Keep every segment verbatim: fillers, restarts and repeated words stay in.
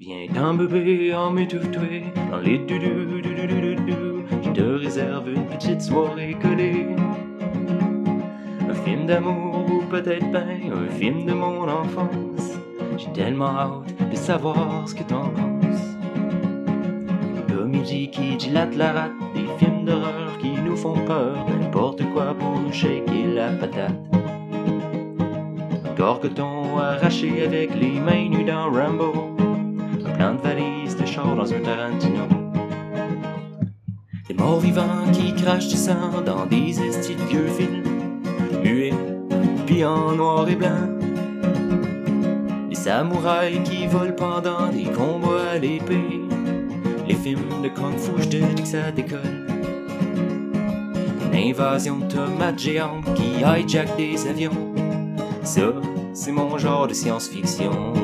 Viens dans bébé, en m'étouffer, dans les doudou, doudou, doudou, doudou. Je te réserve une petite soirée collée. Un film d'amour ou peut-être ben un film de mon enfance. J'ai tellement hâte de savoir ce que t'en penses. Une comédie qui dilate la rate, des films d'horreur qui nous font peur, n'importe quoi pour nous shaker la patate. Un corps coton arraché avec les mains nues dans Rambo. Un plan de valise de char dans un Tarantino. Des morts vivants qui crachent du sang dans des estis de vieux films muets, puis en noir et blanc. Les samouraïs qui volent pendant des combats à l'épée. Les films de kung-fu, je te dis que ça décolle. Une invasion de tomates géantes qui hijack des avions. Ça, c'est mon genre de science-fiction.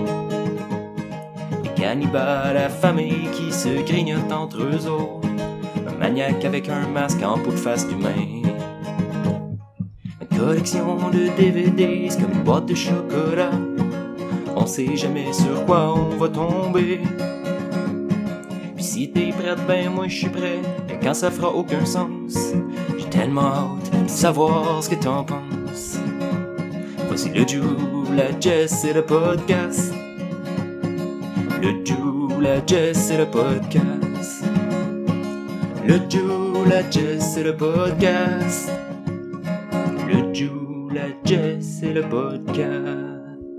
Cannibales affamés qui se grignotent entre eux autres. Un maniaque avec un masque en peau de face d'humain. Une collection de D V D, c'est comme une boîte de chocolat. On sait jamais sur quoi on va tomber. Puis si t'es prête, ben moi je suis prêt. Mais quand ça fera aucun sens, j'ai tellement hâte de savoir ce que t'en penses. Voici le Ju, la Jess et le podcast. Le Ju, la Jess et le podcast. Le Ju, la Jess et le podcast. Le Ju, la Jess et le podcast.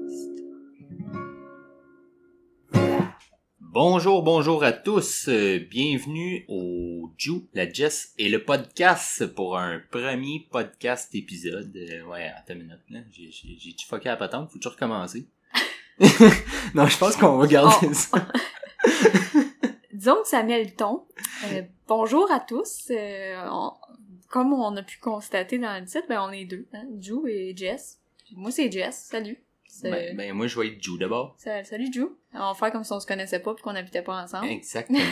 Bonjour, bonjour à tous. Euh, bienvenue au Ju, la Jess et le podcast pour un premier podcast épisode. Euh, ouais, attends une minute, là. J'ai, j'ai, j'ai-tu fucké à la patente? Faut-tu recommencer? Non, je pense qu'on va garder oh. ça. Disons que ça met le ton. Euh, bonjour à tous. Euh, on, comme on a pu constater dans le titre, ben on est deux, hein, Ju et Jess. Moi c'est Jess, salut. C'est... Ben, ben moi je vais être Ju d'abord. Ça, salut Ju. On va faire comme si on se connaissait pas et qu'on habitait pas ensemble. Exactement.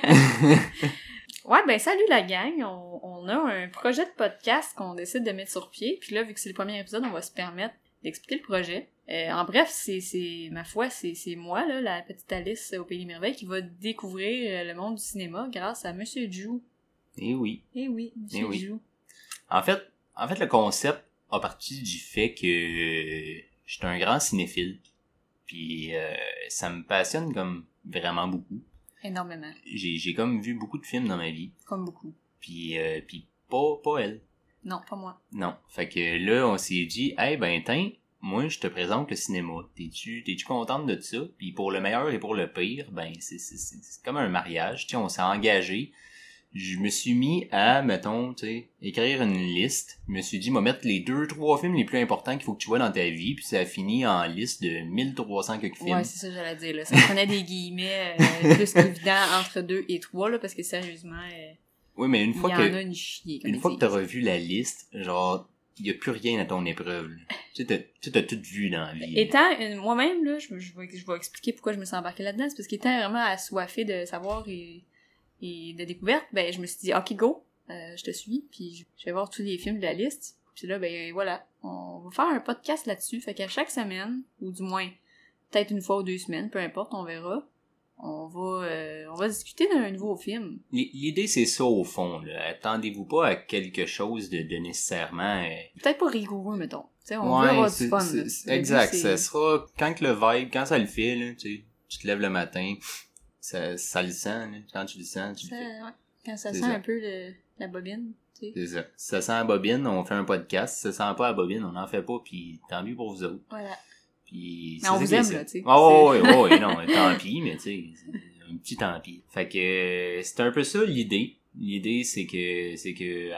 Ouais, ben salut la gang. On, on a un projet de podcast qu'on décide de mettre sur pied. Puis là, vu que c'est le premier épisode, on va se permettre d'expliquer le projet. Euh, en bref, c'est, c'est ma foi, c'est, c'est moi, là, la petite Alice au Pays des Merveilles, qui va découvrir le monde du cinéma grâce à Monsieur Ju. Eh oui. Eh oui, Monsieur eh oui. Ju. En fait, en fait, le concept a parti du fait que euh, je suis un grand cinéphile. Puis euh, ça me passionne comme vraiment beaucoup. Énormément. J'ai, j'ai comme vu beaucoup de films dans ma vie. Comme beaucoup. Puis, euh, puis pas, pas elle. Non, pas moi. Non. Fait que là, on s'est dit, hey, ben, tiens, moi, je te présente le cinéma. T'es-tu, t'es-tu contente de ça? Puis pour le meilleur et pour le pire, ben, c'est, c'est, c'est, c'est comme un mariage. Tu sais, on s'est engagé. Je me suis mis à, mettons, tu sais, écrire une liste. Je me suis dit, moi, mettre les deux, trois films les plus importants qu'il faut que tu vois dans ta vie. Puis ça a fini en liste de mille trois cents quelques films. Ouais, c'est ça que j'allais dire, là. Ça prenait des guillemets euh, plus qu'évident entre deux et trois, là, parce que sérieusement, euh, oui, mais une fois il y que, en a une chier. Une fois que t'as revu la liste, genre, il y a plus rien à ton épreuve, là. Tu sais, t'as, tu t'as tout vu dans la vie. Étant une, moi-même, là, je, je, vais, je vais expliquer pourquoi je me suis embarquée là-dedans. C'est parce qu'étant vraiment assoiffée de savoir et, et de découverte, ben, je me suis dit, ok, go, euh, je te suis, puis je vais voir tous les films de la liste. Puis là, ben, voilà, on va faire un podcast là-dessus. Fait qu'à chaque semaine, ou du moins, peut-être une fois ou deux semaines, peu importe, on verra. On va, euh, on va discuter d'un nouveau film. L'idée, c'est ça, au fond, là. Attendez-vous pas à quelque chose de, de nécessairement... Euh... Peut-être pas rigoureux, mettons. T'sais, on ouais, veut avoir c'est, du fun. C'est, c'est, exact. C'est... Ça sera quand que le vibe, quand ça le fait, là, tu sais, tu te lèves le matin, ça, ça le sent, là. Quand tu le sens, tu ça, le fais. Ouais. Quand ça c'est sent ça. un peu le, la bobine, tu sais. C'est ça. Si ça sent la bobine, on fait un podcast. Si ça sent pas la bobine, on en fait pas, puis tant mieux pour vous autres. Voilà. Puis, mais on vous aime, là, tu sais. Oh, oui, oui, oui, non, tant pis, mais tu sais, un petit tant pis. Fait que, euh, c'est un peu ça l'idée. L'idée, c'est que, c'est que,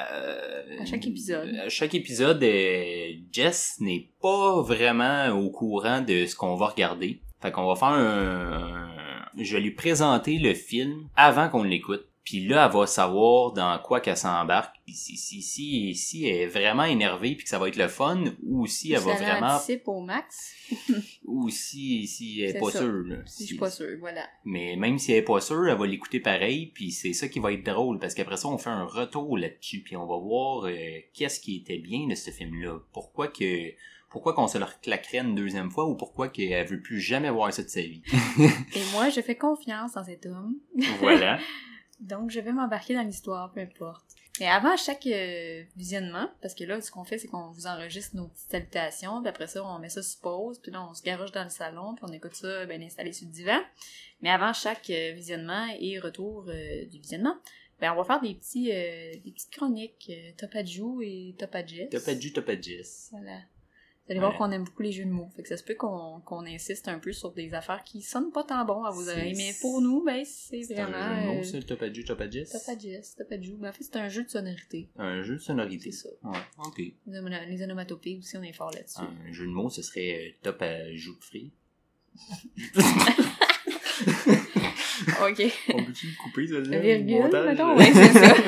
euh, à chaque épisode. À chaque épisode, euh, Jess n'est pas vraiment au courant de ce qu'on va regarder. Fait qu'on va faire un, un je vais lui présenter le film avant qu'on l'écoute. Puis là, elle va savoir dans quoi qu'elle s'embarque. Si, si, si, si elle est vraiment énervée puis que ça va être le fun, ou si elle si va elle vraiment... anticipe au max. ou si, si elle est, c'est pas ça. sûre. Là. Si, si je suis pas sûre, voilà. Mais même si elle est pas sûre, elle va l'écouter pareil, puis c'est ça qui va être drôle, parce qu'après ça, on fait un retour là-dessus, puis on va voir euh, qu'est-ce qui était bien de ce film-là. Pourquoi que... pourquoi qu'on se le claquerait une deuxième fois ou pourquoi qu'elle veut plus jamais voir ça de sa vie. Et moi, je fais confiance en cet homme. Voilà. Donc, je vais m'embarquer dans l'histoire, peu importe. Mais avant chaque euh, visionnement, parce que là, ce qu'on fait, c'est qu'on vous enregistre nos petites salutations, puis après ça, on met ça sur pause, puis là, on se garoche dans le salon, puis on écoute ça bien installé sur le divan. Mais avant chaque euh, visionnement et retour euh, du visionnement, ben on va faire des petits euh, des petites chroniques euh, top à Jou et top à Jess. Top à Ju, top à Jess. Voilà. Vous allez Ouais. voir qu'on aime beaucoup les jeux de mots. Fait que ça se peut qu'on qu'on insiste un peu sur des affaires qui sonnent pas tant bon à vos C'est- oreilles. Mais pour nous, ben c'est C'est vraiment... un jeu de mots, euh, ça, le top à Ju, top à Jess. top à Jess, top à Jou. Ben en fait, c'est un jeu de sonorité. Un jeu de sonorité. C'est ça. Ouais, ok. Les, onom- les onomatopées aussi, on est fort là-dessus. Un jeu de mots, ce serait euh, top à Jou de free. Ok. On peut-tu le couper, ça? La virgule, mettons, ouais, c'est ça.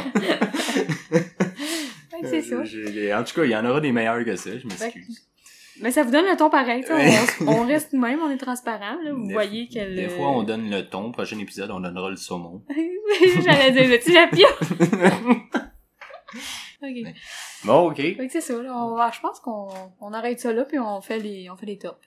Ouais, c'est ça. Euh, j'ai- En tout cas, il y en aura des meilleurs que ça, je m'excuse. Mais ça vous donne le ton pareil, tu sais, Ouais. on, on reste nous-mêmes, on est transparent, là, vous Des- voyez qu'elle... Des fois, on donne le ton. Prochain épisode, on donnera le saumon. J'allais dire, tu la pire? Ok. Bon, ok. Fait que c'est ça, là, on va, je pense qu'on on arrête ça là, puis on fait les, on fait les tops.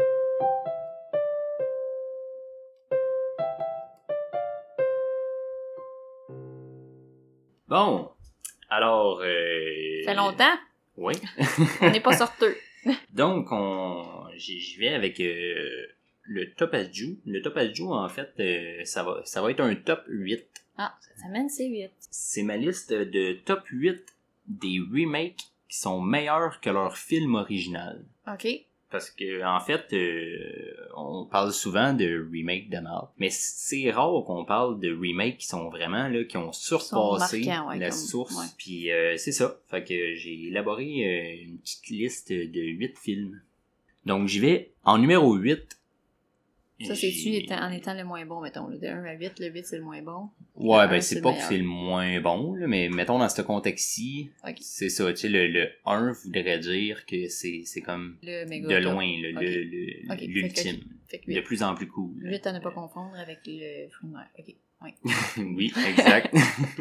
Bon. Alors, euh... Ça fait longtemps, Oui. on n'est pas sorteux. Donc, on... j'y j'y vais avec euh, le top à Ju. Le top à Ju, en fait, euh, ça va ça va être un top huit. Ah, cette semaine, c'est huit. C'est ma liste de top huit des remakes qui sont meilleurs que leur film original. Ok. Parce que en fait, euh, on parle souvent de remake de mal, mais c'est rare qu'on parle de remakes qui sont vraiment là, qui ont surpassé marquants, ouais, la comme- source. ouais. Puis euh, c'est ça. Fait que j'ai élaboré euh, une petite liste de huit films. Donc j'y vais en numéro huit. Ça, c'est-tu étant- en étant le moins bon, mettons, là, de un à huit, le huit, c'est le moins bon. Ouais, Le ben un, c'est le pas que meilleur. c'est le moins bon, là, mais mettons dans ce contexte-ci, Ok. c'est ça, tu sais, le, le un voudrait dire que c'est, c'est comme Le méga de top. loin, là, Ok. le, le- Ok, fait que- l'ultime. Fait que De huit. plus en plus cool. là. huit à ne pas confondre avec le fruit de mer. Ok. Ouais. Oui, exact.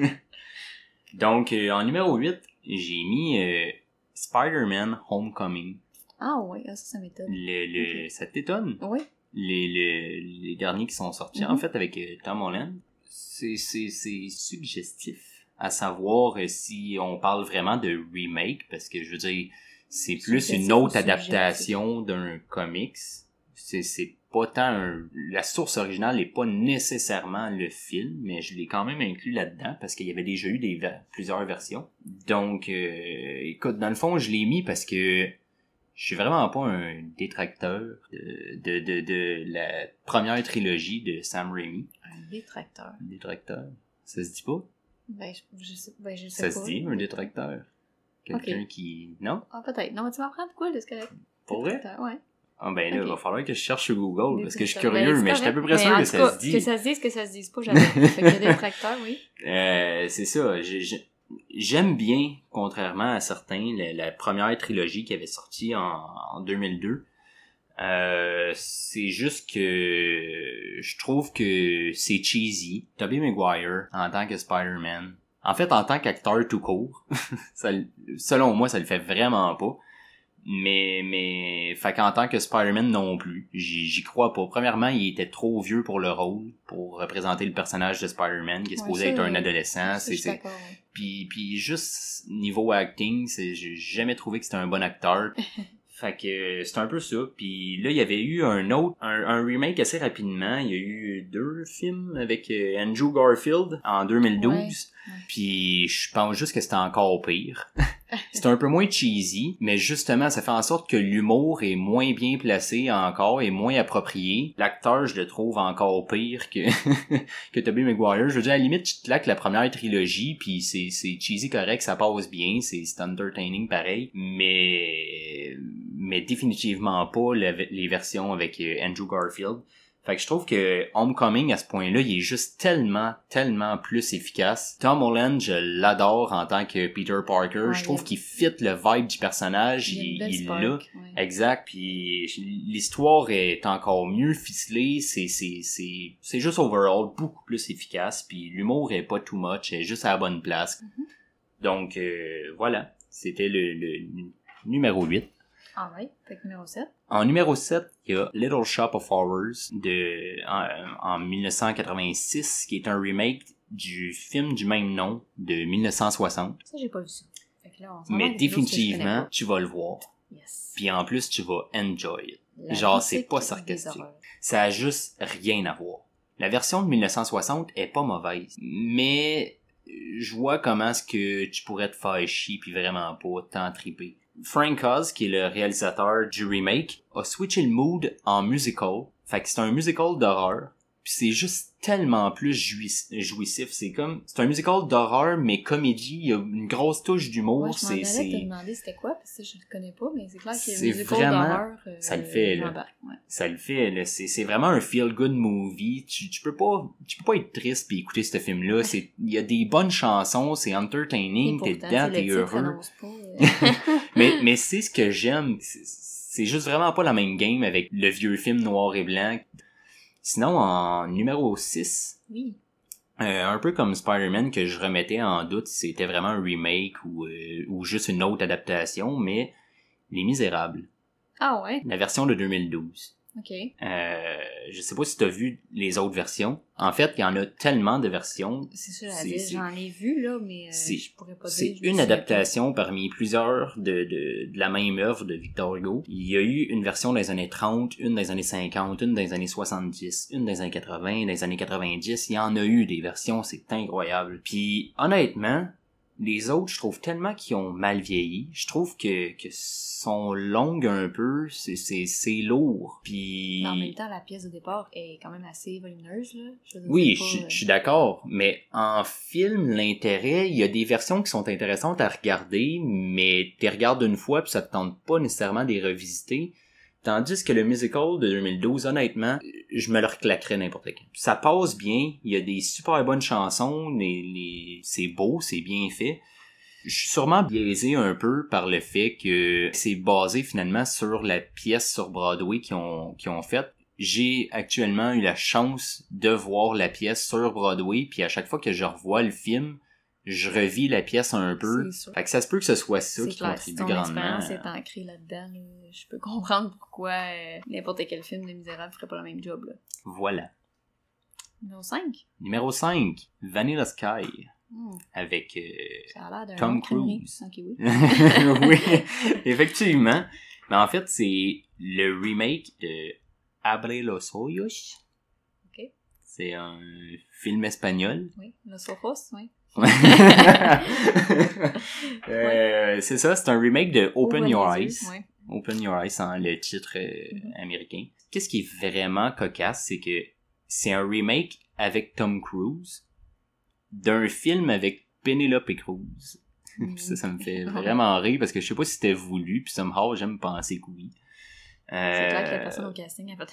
Donc, euh, en numéro huit, j'ai mis euh, Spider-Man Homecoming. Ah ouais, ah, ça, ça m'étonne. Le, le, Ok. Ça t'étonne? Oui. Les, les, les derniers qui sont sortis, Mhm. en fait, avec euh, Tom Holland. C'est, c'est, c'est suggestif à savoir euh, si on parle vraiment de remake, parce que, je veux dire, c'est plus Suggestif une autre ou subjectif? adaptation d'un comics. C'est, c'est pas tant un... La source originale n'est pas nécessairement le film, mais je l'ai quand même inclus là-dedans parce qu'il y avait déjà eu des ver- plusieurs versions. Donc, euh, écoute, dans le fond, je l'ai mis parce que je suis vraiment pas un détracteur de, de, de, de la première trilogie de Sam Raimi. Un détracteur. Un détracteur? Ça se dit pas? Ben, je, je sais, ben, je sais Ça pas. se dit, un détracteur. Quelqu'un Ok. qui... Non? Ah, peut-être. Non, mais tu m'apprends de quoi, là, ce correct? Pour vrai? Détracteur, ouais. Ah ben là, il Ok. va falloir que je cherche sur Google, parce que je suis Détracteur. curieux, Ben, c'est mais je suis à peu correct. près Mais sûr en que tout ça cas, se dit. Que ça se dise, que ça se dise pas, j'avais. Fait que détracteur, oui. Euh, c'est ça. j'ai- j'ai- J'aime bien, contrairement à certains, la, la première trilogie qui avait sorti en, en deux mille deux. Euh, c'est juste que je trouve que c'est cheesy. Tobey Maguire en tant que Spider-Man. En fait, en tant qu'acteur tout court, ça, le- selon moi, ça le fait vraiment pas. Mais, mais, fait qu'en tant que Spider-Man non plus, j'y, j'y crois pas. Premièrement, il était trop vieux pour le rôle, pour représenter le personnage de Spider-Man, qui est Ouais, supposé ça, être un euh, adolescent. Ça, C'est, je suis c'est, d'accord, ouais. puis, puis juste niveau acting, c'est, j'ai jamais trouvé que c'était un bon acteur. Fait que euh, c'est un peu ça. Puis là, il y avait eu un autre, un, un remake assez rapidement. Il y a eu deux films avec euh, Andrew Garfield en deux mille douze. Ouais, ouais. Puis je pense juste que c'était encore pire. C'est un peu moins cheesy, mais justement, ça fait en sorte que l'humour est moins bien placé encore et moins approprié. L'acteur, je le trouve encore pire que que Tobey Maguire. Je veux dire, à la limite, tu te claques la première trilogie, puis c'est c'est cheesy correct, ça passe bien, c'est c'est entertaining pareil, mais mais définitivement pas la- les versions avec euh, Andrew Garfield. Fait que je trouve que Homecoming, à ce point-là, il est juste tellement, tellement plus efficace. Tom Holland, je l'adore en tant que Peter Parker. Ouais, je trouve il- qu'il fit le vibe du personnage. Il y a une Il, belle il spark, l'a. ouais. Exact. Puis l'histoire est encore mieux ficelée. C'est, c'est, c'est, c'est juste overall beaucoup plus efficace. Puis l'humour est pas too much. Elle est juste à la bonne place. Mhm. Donc, euh, voilà. C'était le, le, le numéro huit. Ah ouais, fait que numéro sept. En numéro sept, il y a Little Shop of Horrors de, en, en dix-neuf cent quatre-vingt-six, qui est un remake du film du même nom de dix-neuf cent soixante. Ça, j'ai pas vu ça. Fait que là, on s'en va Mais avec des choses que je connais définitivement, pas. tu vas le voir. Yes. Puis en plus, tu vas enjoy it. La Genre, c'est musique pas des sarcastique. horreurs. Ça a juste rien à voir. La version de dix-neuf cent soixante est pas mauvaise, mais je vois comment est-ce que tu pourrais te faire chier puis vraiment pas t'en triper. Frank Oz, qui est le réalisateur du remake, a switché le mood en musical. Fait que c'est un musical d'horreur. Puis c'est juste tellement plus jouis- jouissif. C'est comme, c'est un musical d'horreur, mais comédie. Il y a une grosse touche d'humour. Ouais, je m'en c'est, allais c'est, te demander c'était quoi, parce que ça, je le connais pas, mais c'est clair que C'est le musical vraiment- d'horreur, euh, ça le fait, là. j'embarque, ouais. ça le fait, là. C'est, c'est vraiment un feel-good movie. Tu, tu peux pas, tu peux pas être triste puis écouter ce film-là. C'est, il y a des bonnes chansons, c'est entertaining, Et t'es pourtant, dedans, tu sais, t'es le titre heureux. annonce pas, euh, mais, mais c'est ce que j'aime. C'est, c'est juste vraiment pas la même game avec le vieux film noir et blanc. Sinon, en numéro six, Oui. euh, un peu comme Spider-Man que je remettais en doute si c'était vraiment un remake ou, euh, ou juste une autre adaptation, mais Les Misérables, Ah ouais? la version de deux mille douze. Ok. Euh, je sais pas si t'as vu les autres versions. En fait, il y en a tellement de versions. C'est sûr, à C'est- dire, c'est- j'en ai vu, là, mais euh, c'est- je pourrais pas C'est dire. je me une souviens adaptation parmi plusieurs de, de, de la même œuvre de Victor Hugo. Il y a eu une version dans les années trente, une dans les années cinquante, une dans les années soixante-dix, une dans les années quatre-vingts, dans les années quatre-vingt-dix. Il y en a eu des versions, c'est incroyable. Puis honnêtement, les autres, je trouve tellement qu'ils ont mal vieilli. Je trouve que, que sont longues un peu, c'est, c'est, c'est lourd. Puis... Mais en même temps, la pièce de départ est quand même assez volumineuse, là. Je veux dire, Oui, c'est je pas, euh, je suis d'accord, mais en film, l'intérêt, il y a des versions qui sont intéressantes à regarder, mais tu les regardes une fois puis ça te tente pas nécessairement de les revisiter. Tandis que le musical de deux mille douze, honnêtement, je me le reclaquerais n'importe quand. Ça passe bien, il y a des super bonnes chansons, les, les... c'est beau, c'est bien fait. Je suis sûrement biaisé un peu par le fait que c'est basé finalement sur la pièce sur Broadway qu'ils ont, qu'ils ont faite. J'ai actuellement eu la chance de voir la pièce sur Broadway, puis à chaque fois que je revois le film, je revis la pièce un peu. C'est sûr. Fait que ça se peut que ce soit ça C'est qui clair, si contribue ton grandement. expérience est ancrée là-dedans, là, je peux comprendre pourquoi euh, n'importe quel film de Misérable ferait pas le même job, là. Voilà. Numéro cinq? Numéro cinq, Vanilla Sky, Hmm, avec euh, ça a l'air d'un Tom nom de crèmerie. Cruise. Ok, oui. oui, effectivement. Mais en fait, c'est le remake de Abre los Ojos. Ok. C'est un film espagnol. Oui, Los Ojos, oui. euh, c'est ça, c'est un remake de Open Ouvre Your les Eyes. yeux, ouais. Open Your Eyes, en le titre euh, Mhm. américain. Qu'est-ce qui est vraiment cocasse, c'est que c'est un remake avec Tom Cruise d'un film avec Penelope Cruz. Mhm. Puis ça, ça me fait vraiment rire parce que je sais pas si c'était voulu, puis somehow j'aime penser que oui. Euh... C'est clair que la personne au casting a fait...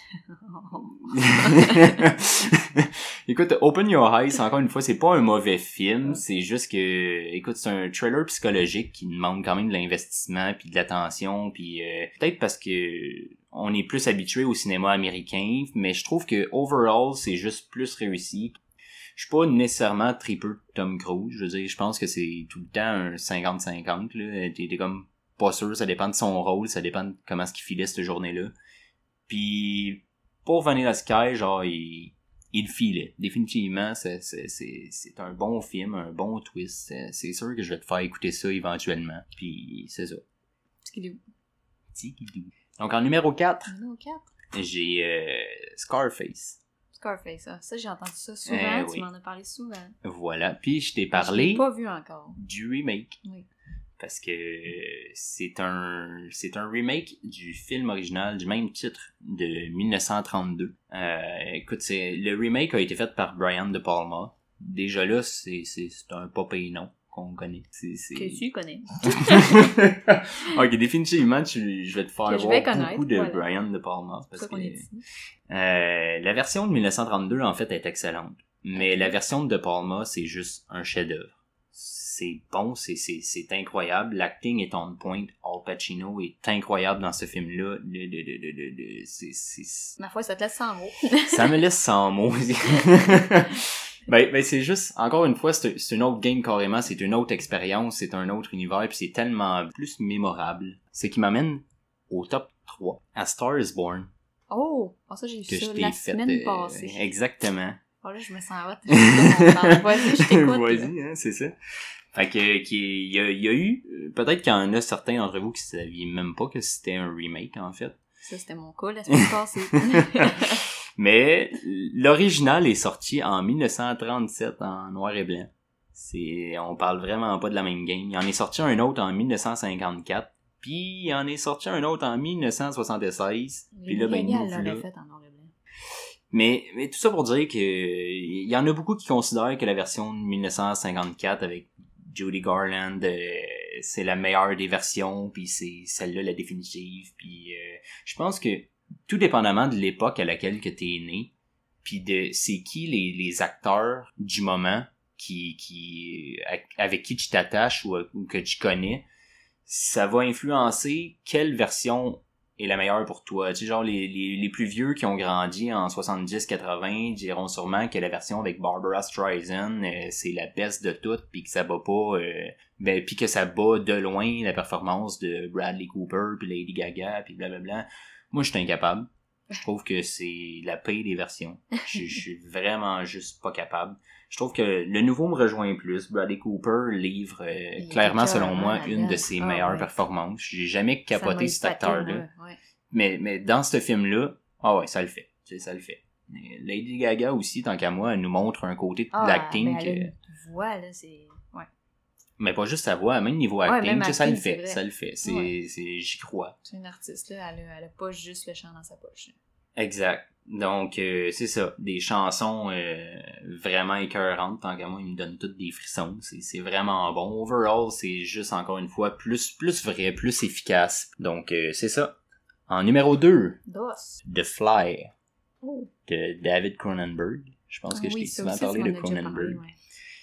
Écoute, Open Your Eyes, encore une fois, c'est pas un mauvais film, Ouais. c'est juste que, écoute, c'est un thriller psychologique qui demande quand même de l'investissement puis de l'attention, puis euh, peut-être parce que on est plus habitué au cinéma américain, mais je trouve que overall, c'est juste plus réussi. Je suis pas nécessairement tripeux Tom Cruise, je veux dire, je pense que c'est tout le temps un cinquante cinquante, là, t'es, t'es comme pas sûr, ça dépend de son rôle, ça dépend de comment est-ce qu'il filait cette journée-là. Puis pour Vanilla Sky, genre, il, il le filait. Définitivement, c'est, c'est, c'est, c'est un bon film, un bon twist. C'est, c'est sûr que je vais te faire écouter ça éventuellement. Puis c'est ça. Skidoo. Tigidou. Donc en numéro quatre, Numéro quatre. j'ai euh, Scarface. Scarface, ça. Ça, j'ai entendu ça souvent. Eh tu oui. m'en as parlé souvent. Voilà. Puis je t'ai Je parlé l'ai pas vu encore. du remake. Oui. Parce que c'est un c'est un remake du film original du même titre de dix-neuf cent trente-deux. Euh, écoute, c'est le remake a été fait par Brian De Palma. Déjà là, c'est c'est c'est un pas payé nom qu'on connaît. C'est c'est Que tu connais. OK, définitivement, tu je vais te faire Que je voir vais connaître, beaucoup de voilà. Brian De Palma C'est parce ça que qu'on est ici. euh, la version de dix-neuf cent trente-deux en fait est excellente. Mais Ok. la version de De Palma, c'est juste un chef-d'œuvre. C'est bon, c'est, c'est, c'est incroyable. L'acting est on point. Al Pacino est incroyable dans ce film-là. Le, le, le, le, le, le- c'est, c'est, Ma foi, ça te laisse sans mots. ça me laisse sans mots. ben, ben, c'est juste, encore une fois, c'est, c'est une autre game carrément. C'est une autre expérience. C'est un autre univers. Puis c'est tellement plus mémorable. Ce qui m'amène au top trois, A Star is Born. Oh! Oh, ça, j'ai vu Que ça je t'ai la fait, semaine euh, passée. Exactement. Oh là, je me sens hot. Je suis contente. Vas-y, je t'écoute. Vas-y, hein, c'est ça. Fait que, qu'il y a, il y a eu, peut-être qu'il y en a certains d'entre vous qui savaient même pas que c'était un remake, en fait. Ça, c'était mon cas la semaine passée. Mais, l'original est sorti en dix-neuf cent trente-sept en noir et blanc. C'est, on parle vraiment pas de la même game. Il en est sorti un autre en dix-neuf cent cinquante-quatre, puis il en est sorti un autre en dix-neuf cent soixante-seize, puis là, ben, nous l'aurait voilà. fait en noir et blanc. Mais, mais tout ça pour dire que il y en a beaucoup qui considèrent que la version de dix-neuf cent cinquante-quatre avec Judy Garland, euh, c'est la meilleure des versions, puis c'est celle-là la définitive. Puis euh, je pense que tout dépendamment de l'époque à laquelle que t'es né, puis de c'est qui les, les acteurs du moment qui qui avec qui tu t'attaches ou, ou que tu connais, ça va influencer quelle version est la meilleure pour toi. Tu sais, genre, les, les, les plus vieux qui ont grandi en soixante-dix quatre-vingts diront sûrement que la version avec Barbara Streisand, euh, c'est la best de toutes, puis que ça bat pas, euh, ben, puis que ça bat de loin la performance de Bradley Cooper, puis Lady Gaga, puis blablabla. Moi, je suis incapable. Je trouve que c'est la pire des versions. Je suis vraiment juste pas capable. Je trouve que le nouveau me rejoint plus. Bradley Cooper livre euh, clairement, selon moi, une de ses ah, meilleures ouais. performances. J'ai jamais capoté cet acteur-là. Ouais, ouais. Mais, mais dans ce film-là, ah ouais, ça le fait. Tu sais, ça le fait. Mais Lady Gaga aussi, tant qu'à moi, elle nous montre un côté de Ah, l'acting ben, elle a que... une voix, là, c'est... Ouais. Mais pas juste sa voix, même niveau Ouais, acting, même tu sais, ça le acting, c'est fait. vrai. Ça le fait. C'est, Ouais. c'est, j'y crois. C'est une artiste, là, elle a, elle a pas juste le chant dans sa poche. Exact. Donc, euh, c'est ça. Des chansons euh, vraiment écœurantes. Tant qu'à moi, ils me donnent toutes des frissons. C'est, c'est vraiment bon. Overall, c'est juste, encore une fois, plus, plus vrai, plus efficace. Donc, euh, c'est ça. En numéro deux, Dos. The Fly, Oh. de David Cronenberg. Je pense que Ah je oui, t'ai ça souvent aussi, parlé tu de m'en as déjà parlé, Cronenberg. ouais.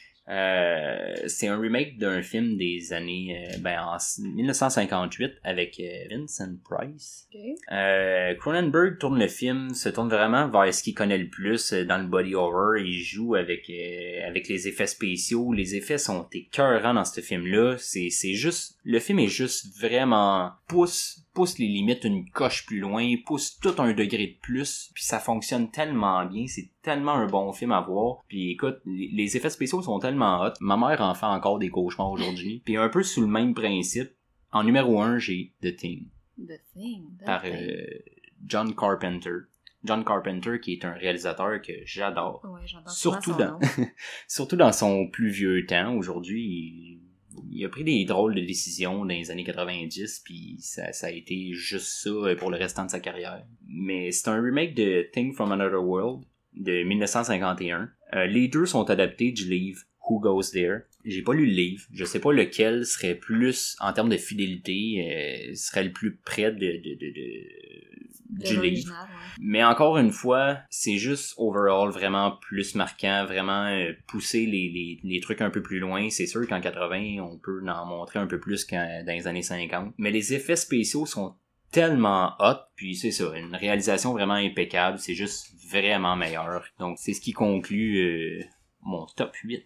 Euh, c'est un remake d'un film des années euh, ben en dix-neuf cent cinquante-huit avec euh, Vincent Price. Okay. Euh, Cronenberg tourne le film, se tourne vraiment vers ce qu'il connaît le plus euh, dans le body horror. Il joue avec euh, avec les effets spéciaux. Les effets sont écœurants dans ce film-là. C'est c'est juste le film est juste vraiment pousse pousse les limites une coche plus loin, pousse tout un degré de plus, puis ça fonctionne tellement bien, c'est tellement un bon film à voir. Puis écoute, les, les effets spéciaux sont tellement hot. Ma mère en fait encore des cauchemars aujourd'hui. Puis un peu sous le même principe, en numéro un, j'ai The Thing. The Thing. The Par thing. euh, John Carpenter. John Carpenter qui est un réalisateur que j'adore. Ouais, j'entends Surtout souvent dans son nom. surtout dans son plus vieux temps. Aujourd'hui, il, il a pris des drôles de décisions dans les années quatre-vingt-dix, puis ça, ça a été juste ça pour le restant de sa carrière. Mais c'est un remake de Thing from Another World de dix-neuf cent cinquante et un. Euh, les deux sont adaptés du livre Who Goes There. J'ai pas lu le livre. Je sais pas lequel serait plus, en termes de fidélité, euh, serait le plus près de, de, de, de De du livre. l'original, ouais. Mais encore une fois, c'est juste overall vraiment plus marquant, vraiment euh, pousser les, les, les trucs un peu plus loin. C'est sûr qu'en quatre-vingts, on peut en montrer un peu plus qu'en dans les années cinquante. Mais les effets spéciaux sont tellement hot, puis c'est ça, une réalisation vraiment impeccable, c'est juste vraiment meilleur. Donc c'est ce qui conclut euh, mon top huit.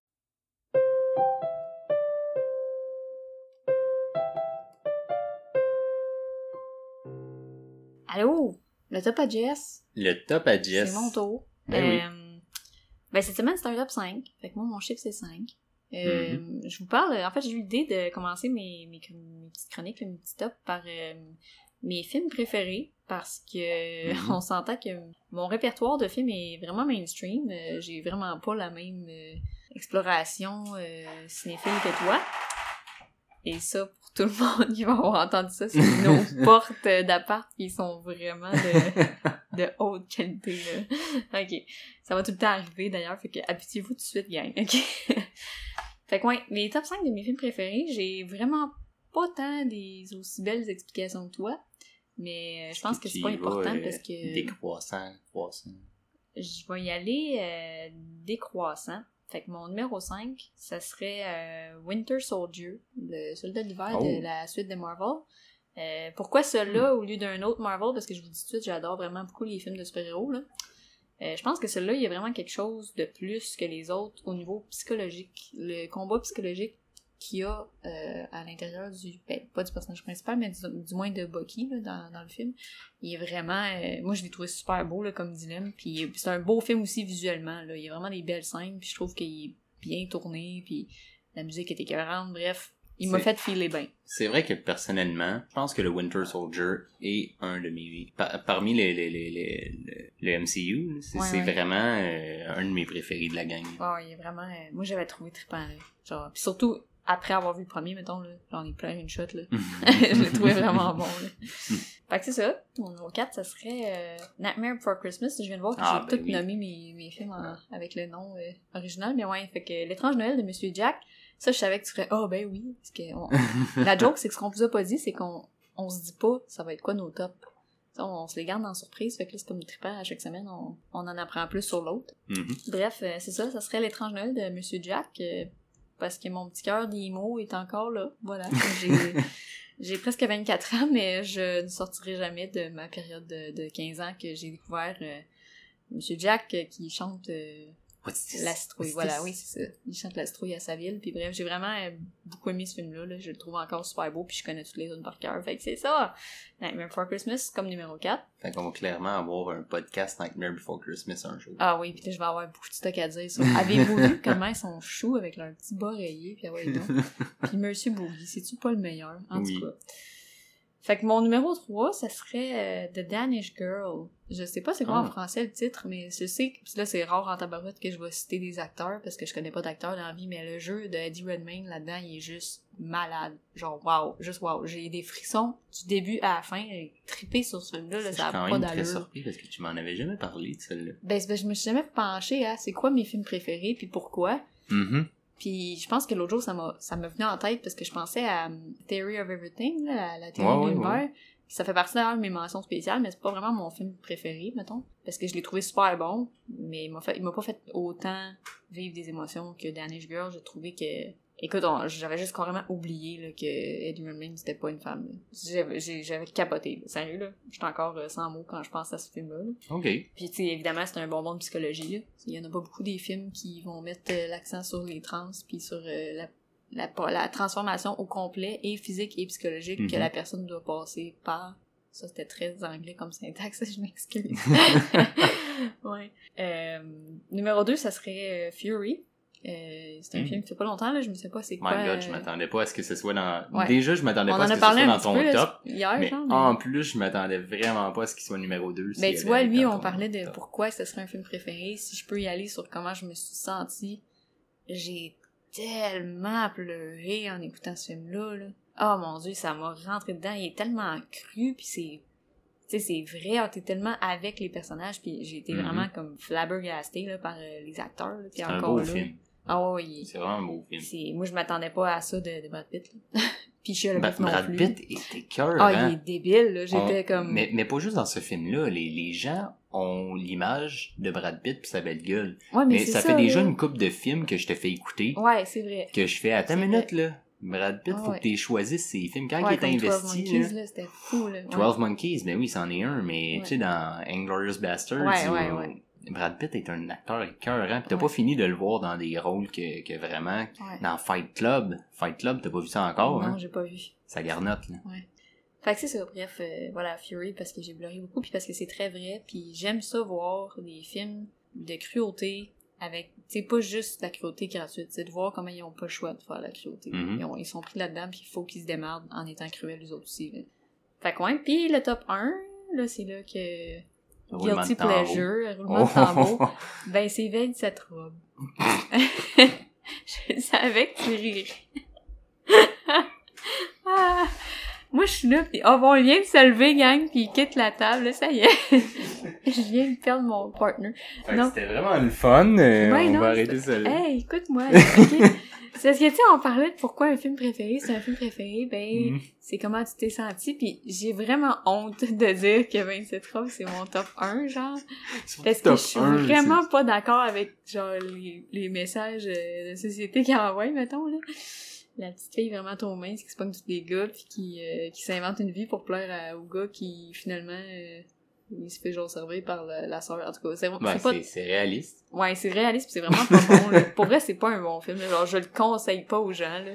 Allô? Le top à Jess. Le top à Jess. C'est mon tour. Ben oui. Euh, ben cette semaine, c'est un top cinq. Fait que moi, mon chiffre, c'est cinq. Euh, Mm-hmm. Je vous parle... En fait, j'ai eu l'idée de commencer mes, mes, mes petites chroniques, là, mes petits tops, par euh, mes films préférés. Parce que Mm-hmm. on s'entend que mon répertoire de films est vraiment mainstream. Euh, j'ai vraiment pas la même euh, exploration euh, cinéphile que toi. Et ça, pour tout le monde qui va avoir entendu ça, c'est nos portes d'appart qui sont vraiment de, de haute qualité. Là. Ok. Ça va tout le temps arriver d'ailleurs, fait que habituez-vous tout de suite, gang. Ok. Fait que ouais, mes top cinq de mes films préférés, j'ai vraiment pas tant des aussi belles explications que toi, mais je pense que c'est pas important parce que... Décroissant, croissant. Je vais y aller euh, décroissant. Fait que mon numéro cinq, ça serait euh, Winter Soldier, le soldat d'hiver Oh. de la suite de Marvel. Euh, pourquoi celui-là au lieu d'un autre Marvel? Parce que je vous dis tout de suite, j'adore vraiment beaucoup les films de super-héros. Là. Euh, je pense que celui-là, il y a vraiment quelque chose de plus que les autres au niveau psychologique. Le combat psychologique qu'il y a euh, à l'intérieur du... Ben, pas du personnage principal, mais du, du moins de Bucky, là, dans, dans le film. Il est vraiment... Euh, moi, je l'ai trouvé super beau, là, comme dilemme. Puis c'est un beau film aussi visuellement, là. Il y a vraiment des belles scènes, puis je trouve qu'il est bien tourné, puis la musique est écœurante. Bref, il m'a fait filer bien. C'est vrai que personnellement, je pense que le Winter Soldier est un de mes... Par, parmi les, les, les, les, le M C U, c'est, ouais, c'est ouais. vraiment euh, un de mes préférés de la gang. Oh, il est vraiment... Euh, moi, j'avais trouvé trippant, là. Genre, puis surtout, après avoir vu le premier, mettons, là, j'en ai plein une shot, là. Je l'ai trouvé vraiment bon, là. Fait que c'est ça. Mon numéro quatre, ça serait euh, Nightmare Before Christmas. Je viens de voir que ah, j'ai ben tout oui. nommé mes, mes films en, avec le nom euh, original. Mais ouais, fait que L'étrange Noël de Monsieur Jack, ça, je savais que tu ferais « Ah, oh, ben oui! » Parce que on... La joke, c'est que ce qu'on vous a pas dit, c'est qu'on on se dit pas ça va être quoi nos tops. On, on se les garde en surprise, fait que là, c'est comme trippant à chaque semaine, on, on en apprend plus sur l'autre. Mm-hmm. Bref, euh, c'est ça, ça serait L'étrange Noël de Monsieur Jack, euh, parce que mon petit cœur d'emo est encore là. Voilà, j'ai... J'ai presque vingt-quatre ans, mais je ne sortirai jamais de ma période de, de quinze ans que j'ai découvert euh, Monsieur Jack euh, qui chante euh, la citrouille. Voilà, oui, c'est ça. Il chante la citrouille à sa ville. Puis bref, j'ai vraiment euh, beaucoup aimé ce film-là. Là. Je le trouve encore super beau, puis je connais toutes les zones par cœur. Fait que c'est ça. Nightmare Before Christmas comme numéro quatre. Fait qu'on va clairement avoir un podcast Nightmare Before Christmas un jour. Ah oui, puis là, je vais avoir beaucoup de stock à dire. Sur... Avez-vous vu comment ils sont choux avec leur petit bas rayé, puis ah ouais, donc. Puis Monsieur Boogie, c'est-tu pas le meilleur? En oui. tout cas. Fait que mon numéro trois, ça serait euh, The Danish Girl. Je sais pas c'est quoi ah. en français le titre, mais je sais que là c'est rare en tabarouette que je vais citer des acteurs parce que je connais pas d'acteurs dans la vie, mais le jeu de Eddie Redmayne là-dedans, il est juste malade. Genre wow, juste wow. J'ai des frissons du début à la fin, j'ai trippé sur ce film-là, là, ça a pas d'allure. Je suis quand même très surpris parce que tu m'en avais jamais parlé de celle-là. Ben, ben je me suis jamais penchée à c'est quoi mes films préférés puis pourquoi. Mm-hmm. Puis je pense que l'autre jour, ça m'a ça m'a venu en tête parce que je pensais à um, Theory of Everything, là, la, la théorie ouais, de l'univers. Ouais. Ça fait partie d'ailleurs de mes mentions spéciales, mais c'est pas vraiment mon film préféré, mettons. Parce que je l'ai trouvé super bon, mais il m'a fait, il m'a pas fait autant vivre des émotions que Danish Girl. J'ai trouvé que... Écoute, on, j'avais juste carrément oublié là, que Eddie Redmayne, c'était pas une femme. J'avais, j'avais capoté. Là. Sérieux, là. J'étais encore euh, sans mots quand je pense à ce film-là. Là. OK. Puis, tu sais, évidemment, c'est un bonbon de psychologie. Là. Il y en a pas beaucoup des films qui vont mettre euh, l'accent sur les trans, puis sur euh, la, la, la transformation au complet, et physique et psychologique, mm-hmm. que la personne doit passer par... Ça, c'était très anglais comme syntaxe, je m'excuse. ouais. Euh, numéro deux, ça serait euh, Fury. Euh, c'est un mm. film qui fait pas longtemps, là, je me sais pas c'est quoi. My God, je m'attendais pas à ce que ce soit dans... Ouais. Déjà, je m'attendais On pas à ce que ce soit dans ton peu, top. Là, hier, mais genre, mais... en plus, je m'attendais vraiment pas à ce qu'il soit numéro deux. Ben, tu vois, lui, on parlait de top. Pourquoi ce serait un film préféré. Si je peux y aller sur comment je me suis sentie, j'ai tellement pleuré en écoutant ce film-là, là. Oh mon Dieu, ça m'a rentré dedans. Il est tellement cru, pis c'est... Tu sais, c'est vrai, t'es tellement avec les personnages, pis j'ai été mm-hmm. vraiment comme flabbergastée, là, par euh, les acteurs, là, pis c'est encore un beau là. film. Ah oui. C'est vraiment un beau film. C'est... Moi, je m'attendais pas à ça de, de Brad Pitt, là. Pis Shia LaBeouf non Brad plus. Pitt était cœur, Ah, hein? il est débile, là. J'étais on... comme... Mais, mais pas juste dans ce film-là. Les, les gens ont l'image de Brad Pitt pis sa belle gueule. Ouais, mais, mais c'est ça, ça fait là. Déjà une couple de films que je te fais écouter. Ouais, c'est vrai. Que je fais, attends une minute, là. Brad Pitt, ah, faut ouais. que tu choisisses ses films. Quand ouais, il est investi, twelve Monkeys, là, c'était fou, là. Ouais. twelve Monkeys, mais oui, c'en est un, mais ouais. tu sais, dans Inglourious Basterds, ouais, ouais, où ouais. Brad Pitt est un acteur écœurant, pis t'as ouais. pas fini de le voir dans des rôles que, que vraiment... Ouais. Dans Fight Club, Fight Club, t'as pas vu ça encore, non, hein? Non, j'ai pas vu. Ça garnotte, là. Ouais. Fait que c'est ça, bref, euh, voilà, Fury, parce que j'ai pleuré beaucoup, puis parce que c'est très vrai, puis j'aime ça voir des films de cruauté avec, tu sais, pas juste la cruauté gratuite, c'est de voir comment ils ont pas le choix de faire la cruauté. Mm-hmm. Ils, ont, ils sont pris là-dedans, puis il faut qu'ils se démerdent en étant cruels les autres aussi, là. Fait que ouais, puis le top un, là, c'est là que... Roulement Guilty de tambour. Pleasure, roulement de tambour, ben c'est Veille cette robe. Je savais que tu rirais. ah, moi, je suis là, pis oh bon, il vient de se lever, gang, pis il quitte la table, là, ça y est. Je viens de perdre mon partner. Non. C'était vraiment le fun, euh, ouais, on non, va arrêter ça là. Hey, écoute-moi, okay. C'est parce que, tu sais, on parlait de pourquoi un film préféré, c'est un film préféré, ben, mm. c'est comment tu t'es senti, pis j'ai vraiment honte de dire que vingt-sept robes, c'est mon top un, genre. Parce que je suis un, vraiment c'est... pas d'accord avec, genre, les, les messages euh, de société qu'ils envoient, mettons, là. La petite fille vraiment trop mince qui se pogne tous des gars pis qui, euh, qui s'invente une vie pour plaire à, au gars qui, finalement, euh, il se fait genre servir par la, la sœur. En tout cas, c'est, ben, c'est pas... pas... C'est réaliste. Ouais, c'est réaliste pis c'est vraiment pas bon, là. Pour vrai, c'est pas un bon film, là. Genre, je le conseille pas aux gens, là.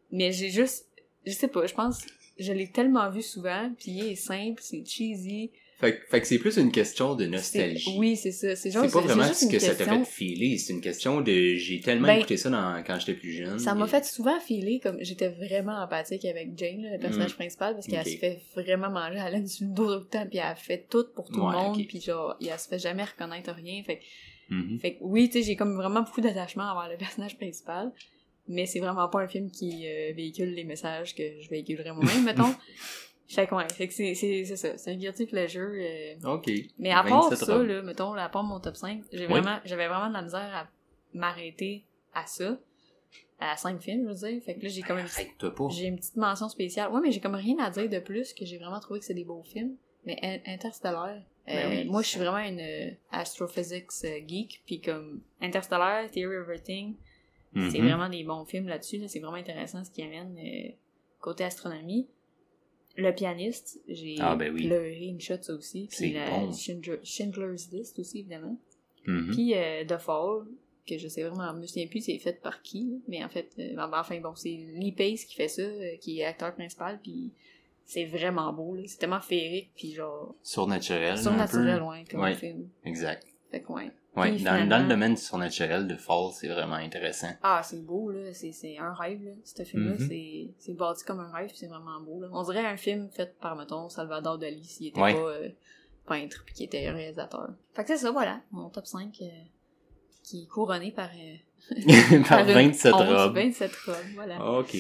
Mais j'ai juste... Je sais pas, je pense... Je l'ai tellement vu souvent, puis il est simple, c'est cheesy. Fait, fait que c'est plus une question de nostalgie. C'est, oui, c'est ça. C'est, genre, c'est pas c'est, vraiment c'est juste ce une que question... ça t'a fait filer, c'est une question de... J'ai tellement ben, écouté ça dans, quand j'étais plus jeune. Ça m'a et... fait souvent filer, comme j'étais vraiment empathique avec Jane, là, le personnage mm. principal, parce qu'elle okay. se fait vraiment manger à l'aide sur le dos tout le temps, puis elle fait tout pour tout ouais, le monde, okay. puis genre, elle se fait jamais reconnaître rien, fait, mm-hmm. fait que oui, tu sais, j'ai comme vraiment beaucoup d'attachement envers le personnage principal, mais c'est vraiment pas un film qui euh, véhicule les messages que je véhiculerais moi-même, mettons. Fait que ouais, fait que c'est, c'est, c'est ça, c'est un guilty pleasure. Euh... OK. Mais à part ça, là, mettons, à part mon top cinq, j'ai vraiment, oui. j'avais vraiment de la misère à m'arrêter à ça. À cinq films, je veux dire. Fait que là, j'ai comme une petite, j'ai une petite mention spéciale. Ouais, mais j'ai comme rien à dire de plus, que j'ai vraiment trouvé que c'est des beaux films. Mais Interstellar, euh, ben oui, moi, je suis vraiment une euh, astrophysics euh, geek, puis comme Interstellar, Theory of Everything, mm-hmm. c'est vraiment des bons films là-dessus, là, c'est vraiment intéressant ce qui amène euh, côté astronomie. Le pianiste, j'ai ah, ben oui. pleuré une shot, ça aussi. Puis la bon. Schindler, Schindler's List aussi, évidemment. Mm-hmm. Puis euh, The Fall, que je sais vraiment, je me souviens plus c'est fait par qui, mais en fait, euh, enfin bon, c'est Lee Pace qui fait ça, euh, qui est acteur principal, puis c'est vraiment beau, là. C'est tellement féerique, puis genre... Surnaturel, Surnaturel, ouais, comme ouais, un film. Exact. Fait que ouais. Ouais, puis, dans, finalement... dans le domaine du surnaturel, de Fall, c'est vraiment intéressant. Ah, c'est beau, là. C'est, c'est un rêve, là. Ce film-là, mm-hmm. c'est, c'est bâti comme un rêve, puis c'est vraiment beau, là. On dirait un film fait par, mettons, Salvador Dali, s'il était ouais. pas euh, peintre, puis qu'il était réalisateur. Fait que c'est ça, voilà. Mon top cinq, euh, qui est couronné par... Euh, par, par vingt-sept robes. vingt-sept robes, voilà. OK.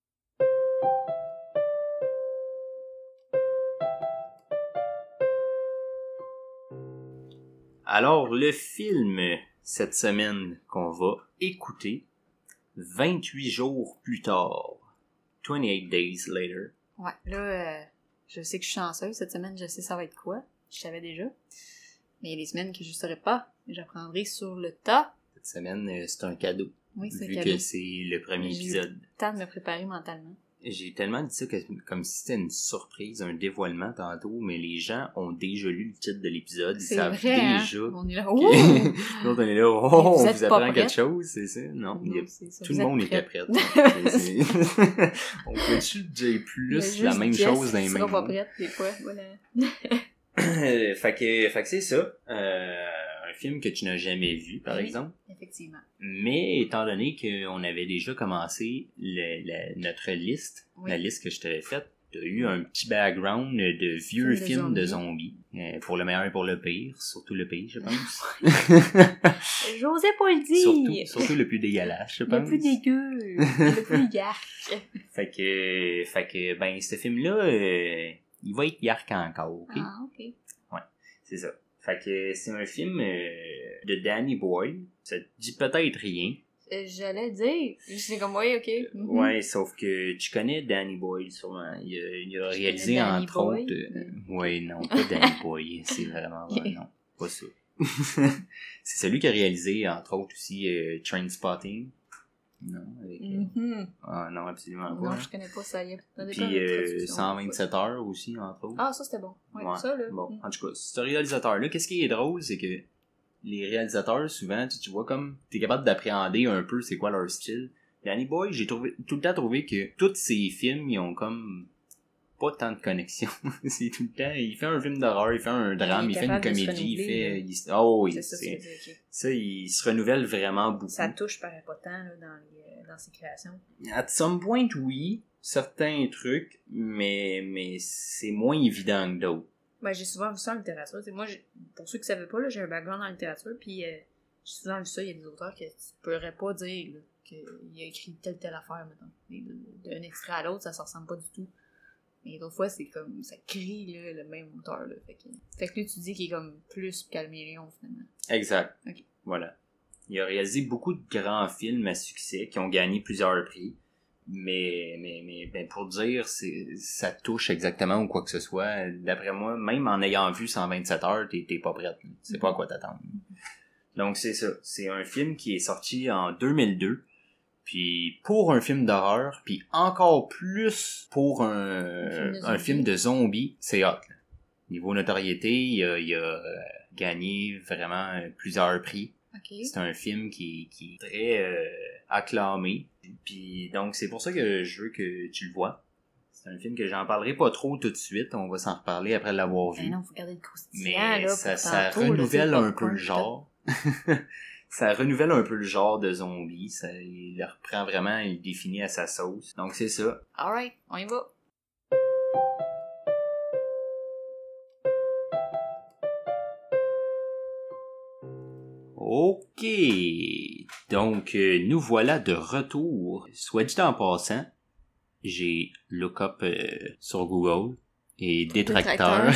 Alors, le film, cette semaine, qu'on va écouter, vingt-huit jours plus tard, twenty-eight days later. Ouais, là, euh, je sais que je suis chanceuse, cette semaine, je sais ça va être quoi, je savais déjà. Mais il y a des semaines que je ne saurais pas, j'apprendrai sur le tas. Cette semaine, c'est un cadeau. Oui, c'est vu un cadeau. que c'est le premier J'ai épisode. J'ai eu le temps de me préparer mentalement. J'ai tellement dit ça que, comme si c'était une surprise, un dévoilement tantôt, mais les gens ont déjà lu le titre de l'épisode, ils c'est savent vrai, déjà. Hein? On est là, oh! L'autre, on est là, oh, on vous, vous apprend prête? quelque chose, c'est ça? Non, non il y a, ça. tout vous le monde prête? était prêt. c'est, c'est... on peut-tu dire plus la même Jess chose dans les mêmes mots? pas prête, des fois, voilà. fait que, fait que c'est ça. Euh, un film que tu n'as jamais vu, par oui, exemple. Effectivement. Mais étant donné qu'on avait déjà commencé le, le, notre liste, oui. la liste que je t'avais faite, tu as eu un petit background de vieux film films de zombies. De zombies euh, pour le meilleur et pour le pire. Surtout le pire, je pense. J'osais pas le dire! Surtout, surtout le plus dégueulasse, je pense. Le plus dégueu. Le plus yark. Fait que, fait que, ben, ce film-là, euh, il va être yark encore, ok? Ah, ok. Ouais, c'est ça. Fait que c'est un film euh, de Danny Boyle. Ça te dit peut-être rien. Euh, j'allais dire. C'est comme, oui, ok. Mm-hmm. Ouais, sauf que tu connais Danny Boyle, sûrement. Il a, il a réalisé, entre Boy. autres... Euh, mm. Ouais, non, pas Danny Boyle. C'est vraiment... Ouais, non, pas ça. C'est celui qui a réalisé, entre autres, aussi euh, Trainspotting. Non, avec... Mm-hmm. Ah non, absolument pas. Non, je connais pas ça. Y a... Puis euh, cent vingt-sept heures aussi, entre autres. Ah, ça, c'était bon. Ouais, ouais. Ça, là. Bon, en tout cas, ce réalisateur-là, qu'est-ce qui est drôle, c'est que les réalisateurs, souvent, tu, tu vois comme... T'es capable d'appréhender un peu c'est quoi leur style. Danny Boyle, j'ai trouvé, tout le temps trouvé que tous ses films, ils ont comme... pas tant de connexion. C'est tout le temps... Il fait un film d'horreur, il fait un drame, il, il fait une comédie, il fait... Il... Oh oui, c'est ça, c'est... c'est... Okay. Ça, il se renouvelle vraiment beaucoup. Ça touche paraît pas tant, là, dans les... dans ses créations. At some point, oui, certains trucs, mais, mais c'est moins évident que d'autres. Ben, j'ai souvent vu ça en littérature. T'sais, moi, j'ai, pour ceux qui savaient pas, là, j'ai un background en littérature, puis euh, j'ai souvent vu ça, il y a des auteurs que tu pourrais pas dire là, qu'il a écrit telle telle affaire, mettons. D'un extrait à l'autre, ça se ressemble pas du tout. Mais d'autres fois, c'est comme, ça crie là, le même auteur. Là, fait, que, fait que là, tu dis qu'il est comme plus Calméléon, finalement. Exact. Okay. Voilà. Il a réalisé beaucoup de grands films à succès qui ont gagné plusieurs prix. Mais, mais, mais ben pour dire, c'est, ça touche exactement ou quoi que ce soit. D'après moi, même en ayant vu cent vingt-sept heures, t'es, t'es pas prête. Tu sais pas à quoi t'attendre. Donc c'est ça. C'est un film qui est sorti en deux mille deux. Puis pour un film d'horreur, puis encore plus pour un, un, film, de un film de zombies, c'est hot. Là. Niveau notoriété, il a, il a gagné vraiment plusieurs prix. Okay. C'est un film qui, qui est très euh, acclamé. Puis donc c'est pour ça que je veux que tu le vois. C'est un film que j'en parlerai pas trop tout de suite, on va s'en reparler après l'avoir vu. Ben non, faut garder le croustillant, mais là, ça, pour ça tantôt, renouvelle là, un peu le genre. Ça renouvelle un peu le genre de zombie, ça il le reprend vraiment, il le définit à sa sauce. Donc c'est ça. Alright, on y va. Ok, donc euh, nous voilà de retour. Soit dit en passant, j'ai look up euh, sur Google et détracteur.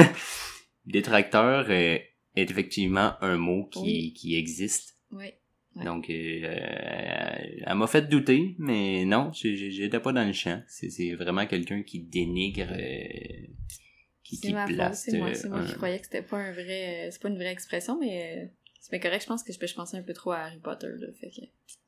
Détracteur euh, est effectivement un mot qui, Oui. qui existe. Oui. Ouais. Donc, euh, euh, elle m'a fait douter, mais non, j'ai- j'ai- j'étais pas dans le champ. C'est, c'est vraiment quelqu'un qui dénigre, euh, qui, C'est qui ma faute, place. c'est moi, euh, c'est moi un- qui croyais que c'était pas un vrai, euh, c'est pas une vraie expression, mais euh, c'est bien correct, je pense que je, je pensais un peu trop à Harry Potter, là, fait que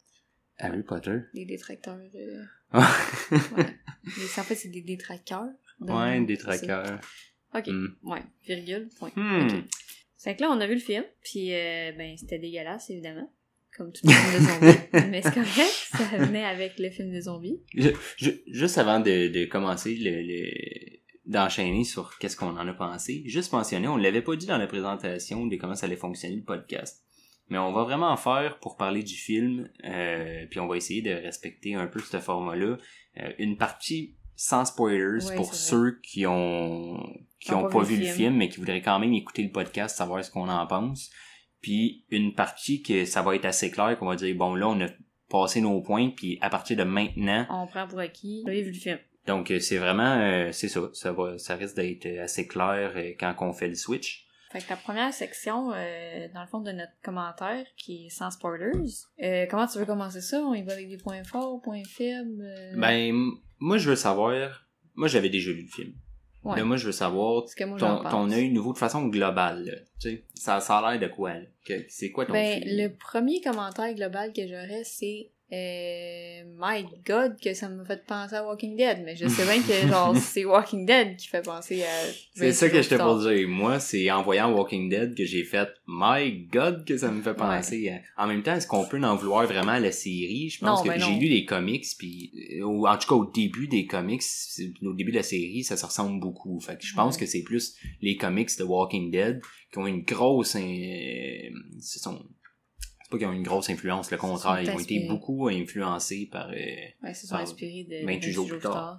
Harry Potter. les détracteurs, euh, Ouais, ouais. Les- en fait, c'est des détraqueurs. ouais, des c'est ça. traqueurs. Ok, Hmm. ouais, virgule, point. Hmm. Ok. C'est que là, on a vu le film, puis euh, ben, c'était dégueulasse, évidemment, comme tout le film de zombies, mais c'est correct, ça venait avec le film de zombies. Je, je, juste avant de, de commencer le, le d'enchaîner sur qu'est-ce qu'on en a pensé, juste mentionner, on l'avait pas dit dans la présentation de comment ça allait fonctionner le podcast, mais on va vraiment en faire pour parler du film, euh, puis on va essayer de respecter un peu ce format-là, euh, une partie sans spoilers Ouais, pour c'est ceux qui ont qui ont pas, vu le film. film mais qui voudraient quand même écouter le podcast, savoir ce qu'on en pense, puis une partie que ça va être assez clair, qu'on va dire bon là on a passé nos points, puis à partir de maintenant On prend pour acquis, vous avez vu le film. donc euh, c'est vraiment euh, c'est ça ça va ça risque d'être assez clair euh, quand on fait le switch. Fait que ta première section, euh, dans le fond de notre commentaire, qui est sans spoilers, euh, comment tu veux commencer ça? On y va avec des points forts, points faibles? Euh... Ben m- moi je veux savoir, moi j'avais déjà vu le film. Ouais. Là, moi je veux savoir Ce que moi, j'en ton, pense. ton œil nouveau de façon globale là. Tu sais ça, ça a l'air de quoi là? Que- c'est quoi ton Ben, film? le premier commentaire global que j'aurais, c'est euh, my God, que ça m'a fait penser à Walking Dead. Mais je sais bien que, genre, c'est Walking Dead qui fait penser à... C'est ça que j'étais pour pour dire. Moi, c'est en voyant Walking Dead que j'ai fait My God que ça me fait penser à... En même temps, est-ce qu'on peut en vouloir vraiment à la série? Je pense Non, que ben j'ai non. lu les comics, puis ou en tout cas au début des comics, c'est- au début de la série, ça se ressemble beaucoup. Fait que je pense Ouais. que c'est plus les comics de Walking Dead qui ont une grosse... euh, ce sont... C'est pas qu'ils ont une grosse influence, le contraire. Ils ont été inspirés. beaucoup influencés par... euh, Ouais, ils se sont par inspirés de vingt-huit jours plus tard. tard.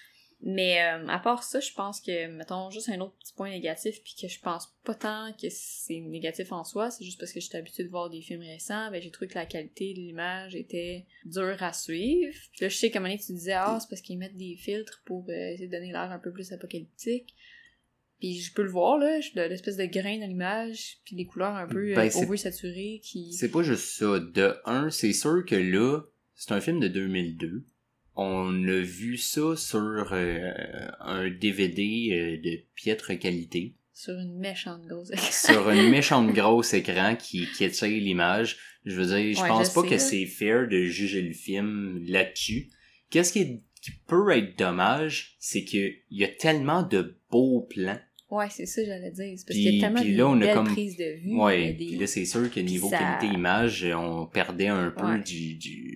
Mais euh, à part ça, je pense que, mettons, juste un autre petit point négatif, puis que je pense pas tant que c'est négatif en soi, c'est juste parce que j'étais habituée de voir des films récents, ben j'ai trouvé que la qualité de l'image était dure à suivre. Puis là, je sais qu'à un moment donné, tu disais « Ah, c'est parce qu'ils mettent des filtres pour euh, essayer de donner l'air un peu plus apocalyptique. » Puis je peux le voir, là, de l'espèce de grain dans l'image, puis les couleurs un peu Ben, euh, c'est- oversaturées qui... C'est pas juste ça. De un, c'est sûr que là, c'est un film de deux mille deux. On a vu ça sur euh, un D V D euh, de piètre qualité, Sur une méchante grosse... sur une méchante grosse écran qui, qui étire l'image. Je veux dire, je Ouais, pense je pas sais, que là. c'est fair de juger le film là-dessus. Qu'est-ce qui, est- qui peut être dommage, c'est que il y a tellement de beaux plans. Ouais, c'est ça, j'allais dire. C'est parce Puis- qu'il y a tellement puis de là, on a belles comme- prises de vue. Ouais, euh, des... puis là c'est sûr que puis niveau ça- qualité-image, on perdait un peu Ouais. du,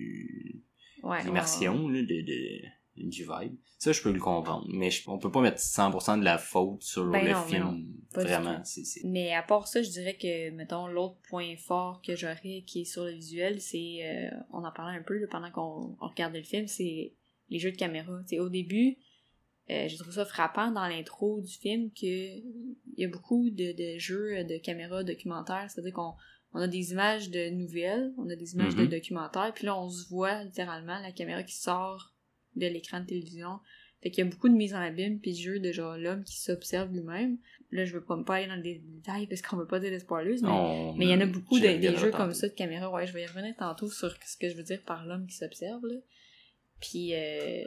du ouais, l'immersion là, de, de, du vibe. Ça, je peux le comprendre. Mais je, on peut pas mettre cent pour cent de la faute sur Ben le non, ben film. non, pas du Vraiment. tout. C'est, c'est... Mais à part ça, je dirais que, mettons, l'autre point fort que j'aurais qui est sur le visuel, c'est, euh, on en parlait un peu là, pendant qu'on on regardait le film, c'est les jeux de caméra. T'sais, au début, euh, j'ai trouvé ça frappant dans l'intro du film que il y a beaucoup de, de jeux de caméra documentaires, c'est-à-dire qu'on on a des images de nouvelles, on a des images Mm-hmm. de documentaires, puis là on se voit littéralement la caméra qui sort de l'écran de télévision. Fait qu'il y a beaucoup de mise en abîme, puis de jeux de genre l'homme qui s'observe lui-même. Là, je veux pas me pas aller dans les détails parce qu'on veut pas dire des spoilers, mais On... mais il y en a beaucoup j'y de, des reviendrai jeux tantôt. comme ça de caméra. Ouais, je vais y revenir tantôt sur ce que je veux dire par l'homme qui s'observe, là. Puis euh,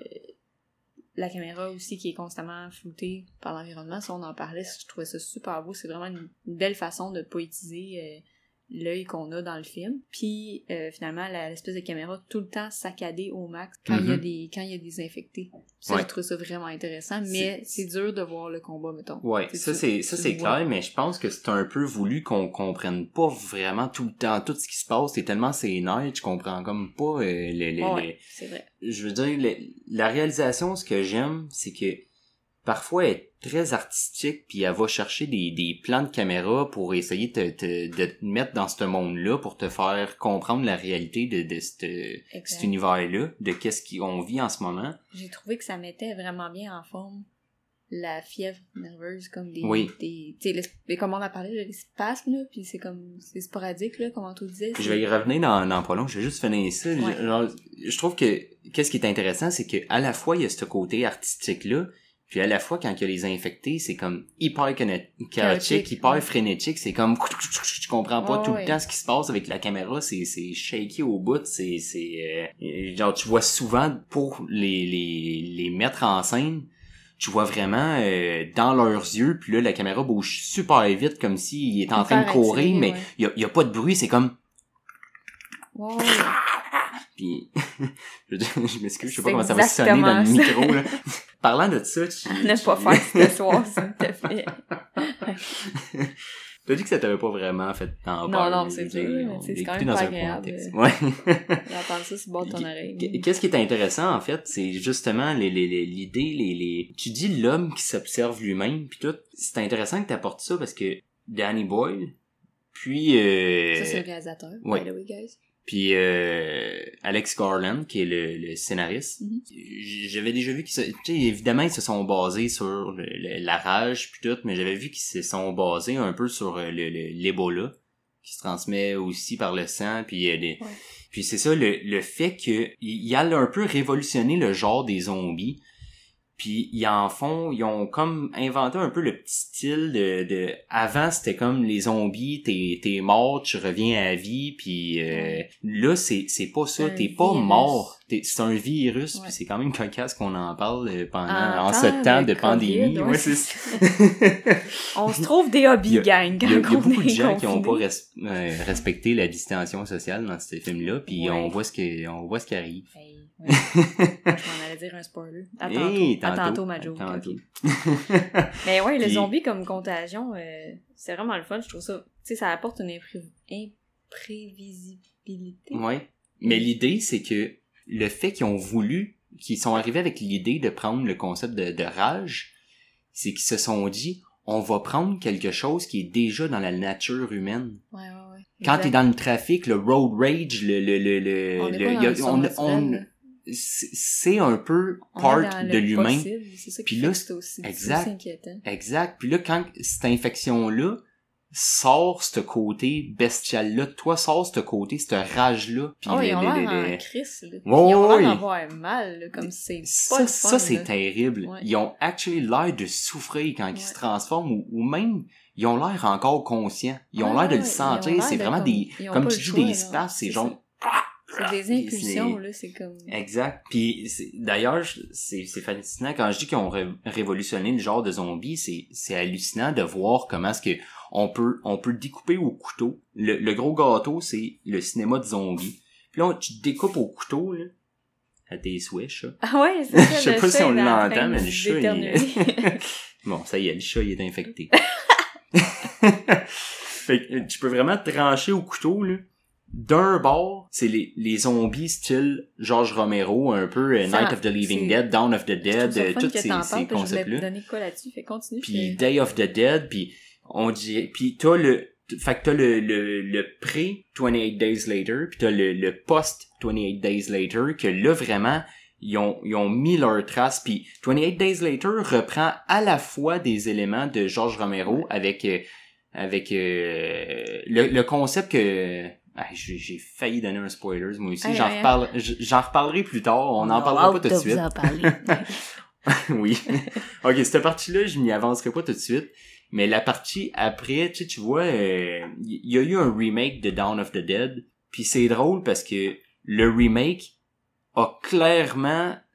la caméra aussi qui est constamment floutée par l'environnement, ça on en parlait, je trouvais ça super beau. C'est vraiment une, une belle façon de poétiser euh, l'œil qu'on a dans le film. Puis euh, finalement, la, l'espèce de caméra tout le temps saccadée au max quand il mm-hmm. y a des quand il y a des infectés. Ça, ouais. je trouve ça vraiment intéressant, mais c'est, c'est dur de voir le combat, mettons. Ouais, c'est ça tu, c'est ça tu c'est vois. clair, mais je pense que c'est un peu voulu qu'on comprenne pas vraiment tout le temps tout ce qui se passe. C'est tellement sénère, tu comprends comme pas euh, les, les, ouais, les... c'est vrai. Je veux dire, les, la réalisation, ce que j'aime, c'est que parfois elle est très artistique, puis elle va chercher des, des plans de caméra pour essayer de te, te, de te mettre dans ce monde-là, pour te faire comprendre la réalité de, de cette, cet univers-là, de qu'est-ce qu'on vit en ce moment. J'ai trouvé que ça mettait vraiment bien en forme la fièvre nerveuse, comme des... Oui. des tu sais, comme on a parlé, les spasmes, là, puis c'est comme... c'est sporadique, là, comme on te disait. Je vais y revenir dans, dans pas long, je vais juste finir ça. Ouais. Je, genre, je trouve que, qu'est-ce qui est intéressant, c'est que à la fois, il y a ce côté artistique-là, puis à la fois, quand il y a les infectés, c'est comme hyper chaotique, hyper ouais. frénétique, c'est comme... Tu comprends pas oh, tout ouais. le temps ce qui se passe avec la caméra, c'est c'est shaky au bout, c'est... c'est euh, genre, tu vois souvent, pour les, les, les mettre en scène, tu vois vraiment euh, dans leurs yeux, puis là, la caméra bouge super vite, comme s'il est en train de courir, attiré, mais il ouais. y, a, y a pas de bruit, c'est comme... Oh. Puis, je, je m'excuse, je sais pas comment ça va sonner dans le micro, là. Parlant de ça, tu... Ne pas faire ce soir, s'il te plaît. T'as dit que ça t'avait pas vraiment fait tant non, peur. Non, non, c'est dur, mais c'est quand même pas agréable. Ouais. D'entendre ça sur le bord de ton oreille. Qu'est-ce qui est intéressant, en fait, c'est justement les, les, les, l'idée, les, les... Tu dis l'homme qui s'observe lui-même, puis tout. C'est intéressant que t'apportes ça, parce que Danny Boyle, puis... Euh... Ça, c'est le réalisateur, ouais. by the way, guys. Puis euh, Alex Garland, qui est le, le scénariste, mm-hmm. j'avais déjà vu qu'ils se... Tu sais, évidemment, ils se sont basés sur le, le, la rage puis tout, mais j'avais vu qu'ils se sont basés un peu sur le, le, l'Ebola, qui se transmet aussi par le sang, puis euh, les... ouais. Puis c'est ça, le, le fait que il a un peu révolutionné le genre des zombies. Puis ils en font, ils ont comme inventé un peu le petit style de, de avant c'était comme les zombies, t'es t'es mort, tu reviens à la vie, puis euh, là c'est c'est pas ça, c'est t'es pas virus. mort, t'es, c'est un virus, ouais. Puis c'est quand même cocasse qu'on en parle pendant en, en ce temps de, de pandémie, ouais, ouais c'est ça. On se trouve des hobbies gang. Il y a, y a beaucoup de gens qui ont pas res, euh, respecté la distanciation sociale dans ces films-là, puis ouais. on voit ce que on voit ce qui arrive. Hey. Ouais. Je m'en allais dire un spoiler. À tantôt, hey, tantôt, à tantôt ma joke. Tantôt. Okay. Mais ouais, le Puis... zombie comme contagion, euh, c'est vraiment le fun. Je trouve ça, tu sais, ça apporte une impré- imprévisibilité. Ouais. Mais l'idée, c'est que le fait qu'ils ont voulu, qu'ils sont arrivés avec l'idée de prendre le concept de, de rage, c'est qu'ils se sont dit, on va prendre quelque chose qui est déjà dans la nature humaine. Ouais, ouais, ouais. Quand exact. T'es dans le trafic, le road rage, le, le, le, le, on le, le, y a, on, on, c'est un peu part de l'humain. C'est ça qui puis là, c'est aussi, exact, c'est inquiétant. Exact. Puis là, quand cette infection-là sort ce côté bestial-là, toi sort ce côté, cette rage-là. Puis oh, les, ils ont les, l'air les, en crise, là. Oh, ils ont l'air oui. d'avoir mal, là, comme c'est ça, pas le ça, fun, c'est là. Terrible. Ouais. Ils ont actually l'air de souffrir quand ouais. ils se transforment, ou, ou même, ils ont l'air encore conscients. Ils ont ouais, l'air de ouais, le sentir. C'est vraiment comme, des, comme tu dis, choix, des espaces, c'est, c'est genre... C'est des impulsions, là, c'est comme... Exact. Puis, c'est, d'ailleurs, c'est, c'est fascinant. Quand je dis qu'ils ont ré- révolutionné le genre de zombies, c'est, c'est hallucinant de voir comment est-ce que on peut, on peut découper au couteau. Le, le gros gâteau, c'est le cinéma de zombies. Puis là, tu te découpes au couteau, là, à tes souhaits, ça. Ah ouais, c'est ça. Je sais pas si on l'entend, mais le chat, il... Bon, ça y est, le chat, il est infecté. Fait que tu peux vraiment te trancher au couteau, là. D'un bord, c'est les, les zombies style George Romero, un peu uh, Night of the Living Dead, Dawn of the Dead, euh, tous ces, ces concepts-là. Je donner quoi là-dessus, fait continue. Puis Day of the Dead, puis on dit, puis t'as le, fait que t'as le, le, le pré twenty-eight Days Later, puis t'as le, le post twenty-eight Days Later, que là vraiment, ils ont, ils ont mis leurs traces, puis twenty-eight Days Later reprend à la fois des éléments de George Romero ouais. avec, euh, avec euh, le, le concept que... Ah, j'ai, j'ai failli donner un spoiler, moi aussi. Hey, j'en, hey, reparle, hey. j'en reparlerai plus tard. On n'en parlera pas tout de suite. Vous en parler. Oui. Ok, cette partie-là, je m'y avancerai pas tout de suite. Mais la partie après, tu sais, tu vois, il euh, y a eu un remake de Dawn of the Dead. Puis c'est drôle parce que le remake a clairement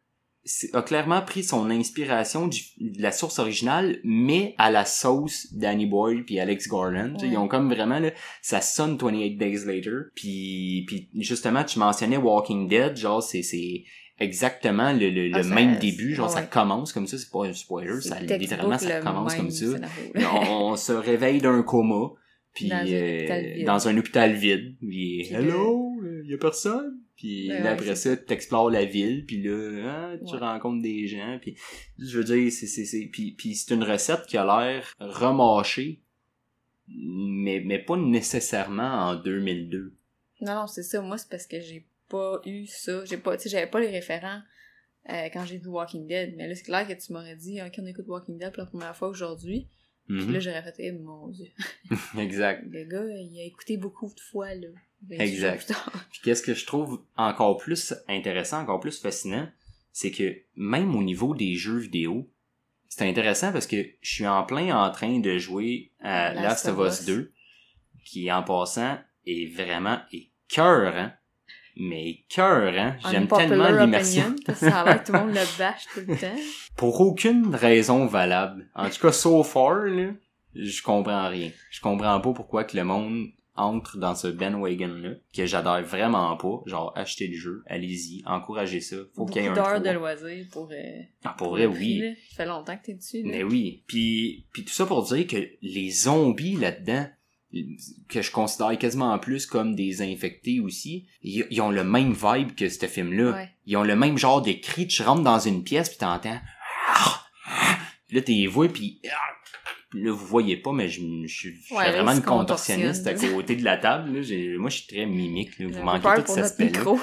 c'est- a clairement pris son inspiration du, de la source originale, mais à la sauce Danny Boyle puis Alex Garland. Ouais. Ils ont comme vraiment, là, ça sonne vingt-huit Days Later. Puis, puis justement, tu mentionnais Walking Dead, genre, c'est, c'est exactement le, le, Ah, le ça- même début. Genre, ouais. ça commence comme ça, c'est pas un spoiler, C'est ça, textbook littéralement, ça le commence même comme ça. scénario, là. on, on se réveille d'un coma. Puis Dans un euh, hôpital vide. dans un hôpital vide. Puis, Puis hello, il y a personne. Puis Ouais, là, ouais, après c'est ça, t'explores la ville, puis là, hein, tu Ouais. rencontres des gens, puis je veux dire, c'est c'est c'est puis puis c'est une recette qui a l'air remâchée, mais mais pas nécessairement en deux mille deux. Non, non, c'est ça. Moi, c'est parce que j'ai pas eu ça. J'ai pas, tu sais, j'avais pas les référents euh, quand j'ai vu Walking Dead. Mais là, c'est clair que tu m'aurais dit, ok, on écoute Walking Dead pour la première fois aujourd'hui. Puis là, j'aurais fait, eh, mon Dieu. Exact. Le gars, il a écouté beaucoup de fois, là. vingt-huit Exact. jours plus tard. Puis qu'est-ce que je trouve encore plus intéressant, encore plus fascinant, c'est que même au niveau des jeux vidéo, c'est intéressant parce que je suis en plein en train de jouer à Last of Us deux, qui en passant est vraiment écœurant, mais écœurant. J'aime tellement Unpopular l'immersion. opinion, parce que ça a l'air que tout le monde le bâche tout le temps. Pour aucune raison valable. En tout cas, so far, là, je comprends rien. Je comprends pas pourquoi que le monde entre dans ce bandwagon-là, que j'adore vraiment pas. Genre, achetez le jeu, allez-y, encouragez ça. Faut qu'il y ait un Beaucoup d'heures trois. de loisirs pour... Euh, Ah, pour pour vrai, le prix, oui. là. Ça fait longtemps que t'es dessus, là. Mais oui. Puis, puis tout ça pour dire que les zombies là-dedans, que je considère quasiment plus comme des infectés aussi, ils, ils ont le même vibe que ce film-là. Ouais. Ils ont le même genre de cri. Tu rentres dans une pièce puis t'entends... Puis là, t'es voix puis... Là, vous voyez pas, mais je, je, je suis Ouais, là, vraiment il une se contorsionniste à contorsionne. côté de la table. Là. J'ai, moi, je suis très mimique. Là. Vous J'ai un peu manquez peur tout pour cet notre aspect-là. micro.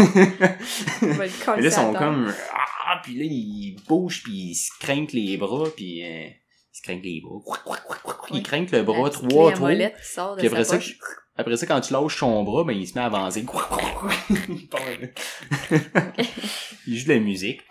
On va le Mais coller là, ils sur la sont table. comme... Ah, puis là, ils bougent, puis ils se craignent les bras, puis... Euh, ils se craignent les bras. Ils Oui. craignent le bras La petite trois clé à tours. molette qui sort de Puis après sa ça, poche. après ça, quand tu lâches son bras, ben, il se met à avancer. Il part, là. Il joue de la musique.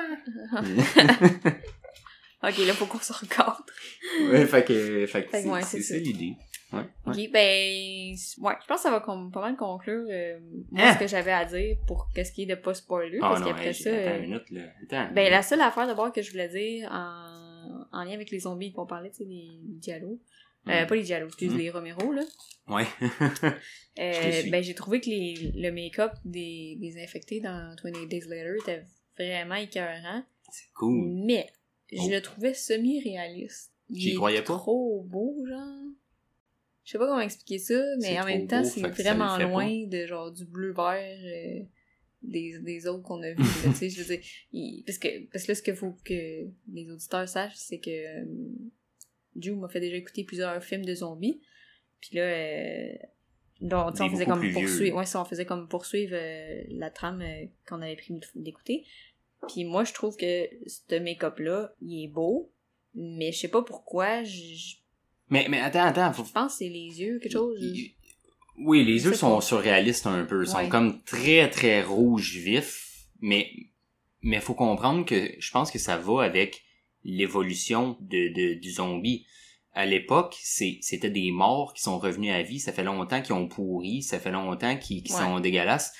Ok, là, faut qu'on se recadre. Ouais, fait que, fait que Fait que c'est, ouais, c'est c'est ça ça. l'idée. Ouais, ouais. Ok, ben, ouais, je pense que ça va com- pas mal conclure euh, moi Hein? ce que j'avais à dire pour qu'est-ce qui est de pas spoiler, Ah parce non, qu'après hey, ça, attends euh, une minute, là. Attends. ben la seule affaire d'abord que je voulais dire en, en lien avec les zombies qu'on parlait, tu sais, les Diallo, euh, Mm. pas les Diallo, excuse, Mm. les Romero, là, Ouais. euh, Je te suis. ben j'ai trouvé que les, le make-up des, des infectés dans vingt-huit Days Later était vraiment écœurant, C'est cool. mais je Oh. le trouvais semi-réaliste. J'y Il est croyais pas. trop beau, genre. Je sais pas comment expliquer ça, mais C'est en même trop temps, beau, c'est fait que ça vraiment le fait loin de genre du bleu-vert euh, des, des autres qu'on a vus. là, tu sais, je veux dire, il- parce que parce que là, ce qu'il faut que les auditeurs sachent, c'est que euh, Drew m'a fait déjà écouter plusieurs films de zombies. Puis là, euh, donc, tu sais, on Des faisait beaucoup comme plus vieux. poursuivre, ouais, ça, on faisait comme poursuivre euh, la trame euh, qu'on avait pris d'écouter. Puis moi, je trouve que ce make-up-là, il est beau, mais je sais pas pourquoi, je je Mais, mais attends, attends. Faut... pense que c'est les yeux, quelque chose. Il- Oui, les Je yeux sais sont pas. surréalistes un peu. Ils sont Ouais. comme très, très rouges vifs. Mais, mais faut comprendre que je pense que ça va avec l'évolution de, de, du zombie. À l'époque, c'est, c'était des morts qui sont revenus à vie. Ça fait longtemps qu'ils ont pourri. Ça fait longtemps qu'ils, qu'ils Ouais. sont dégueulasses.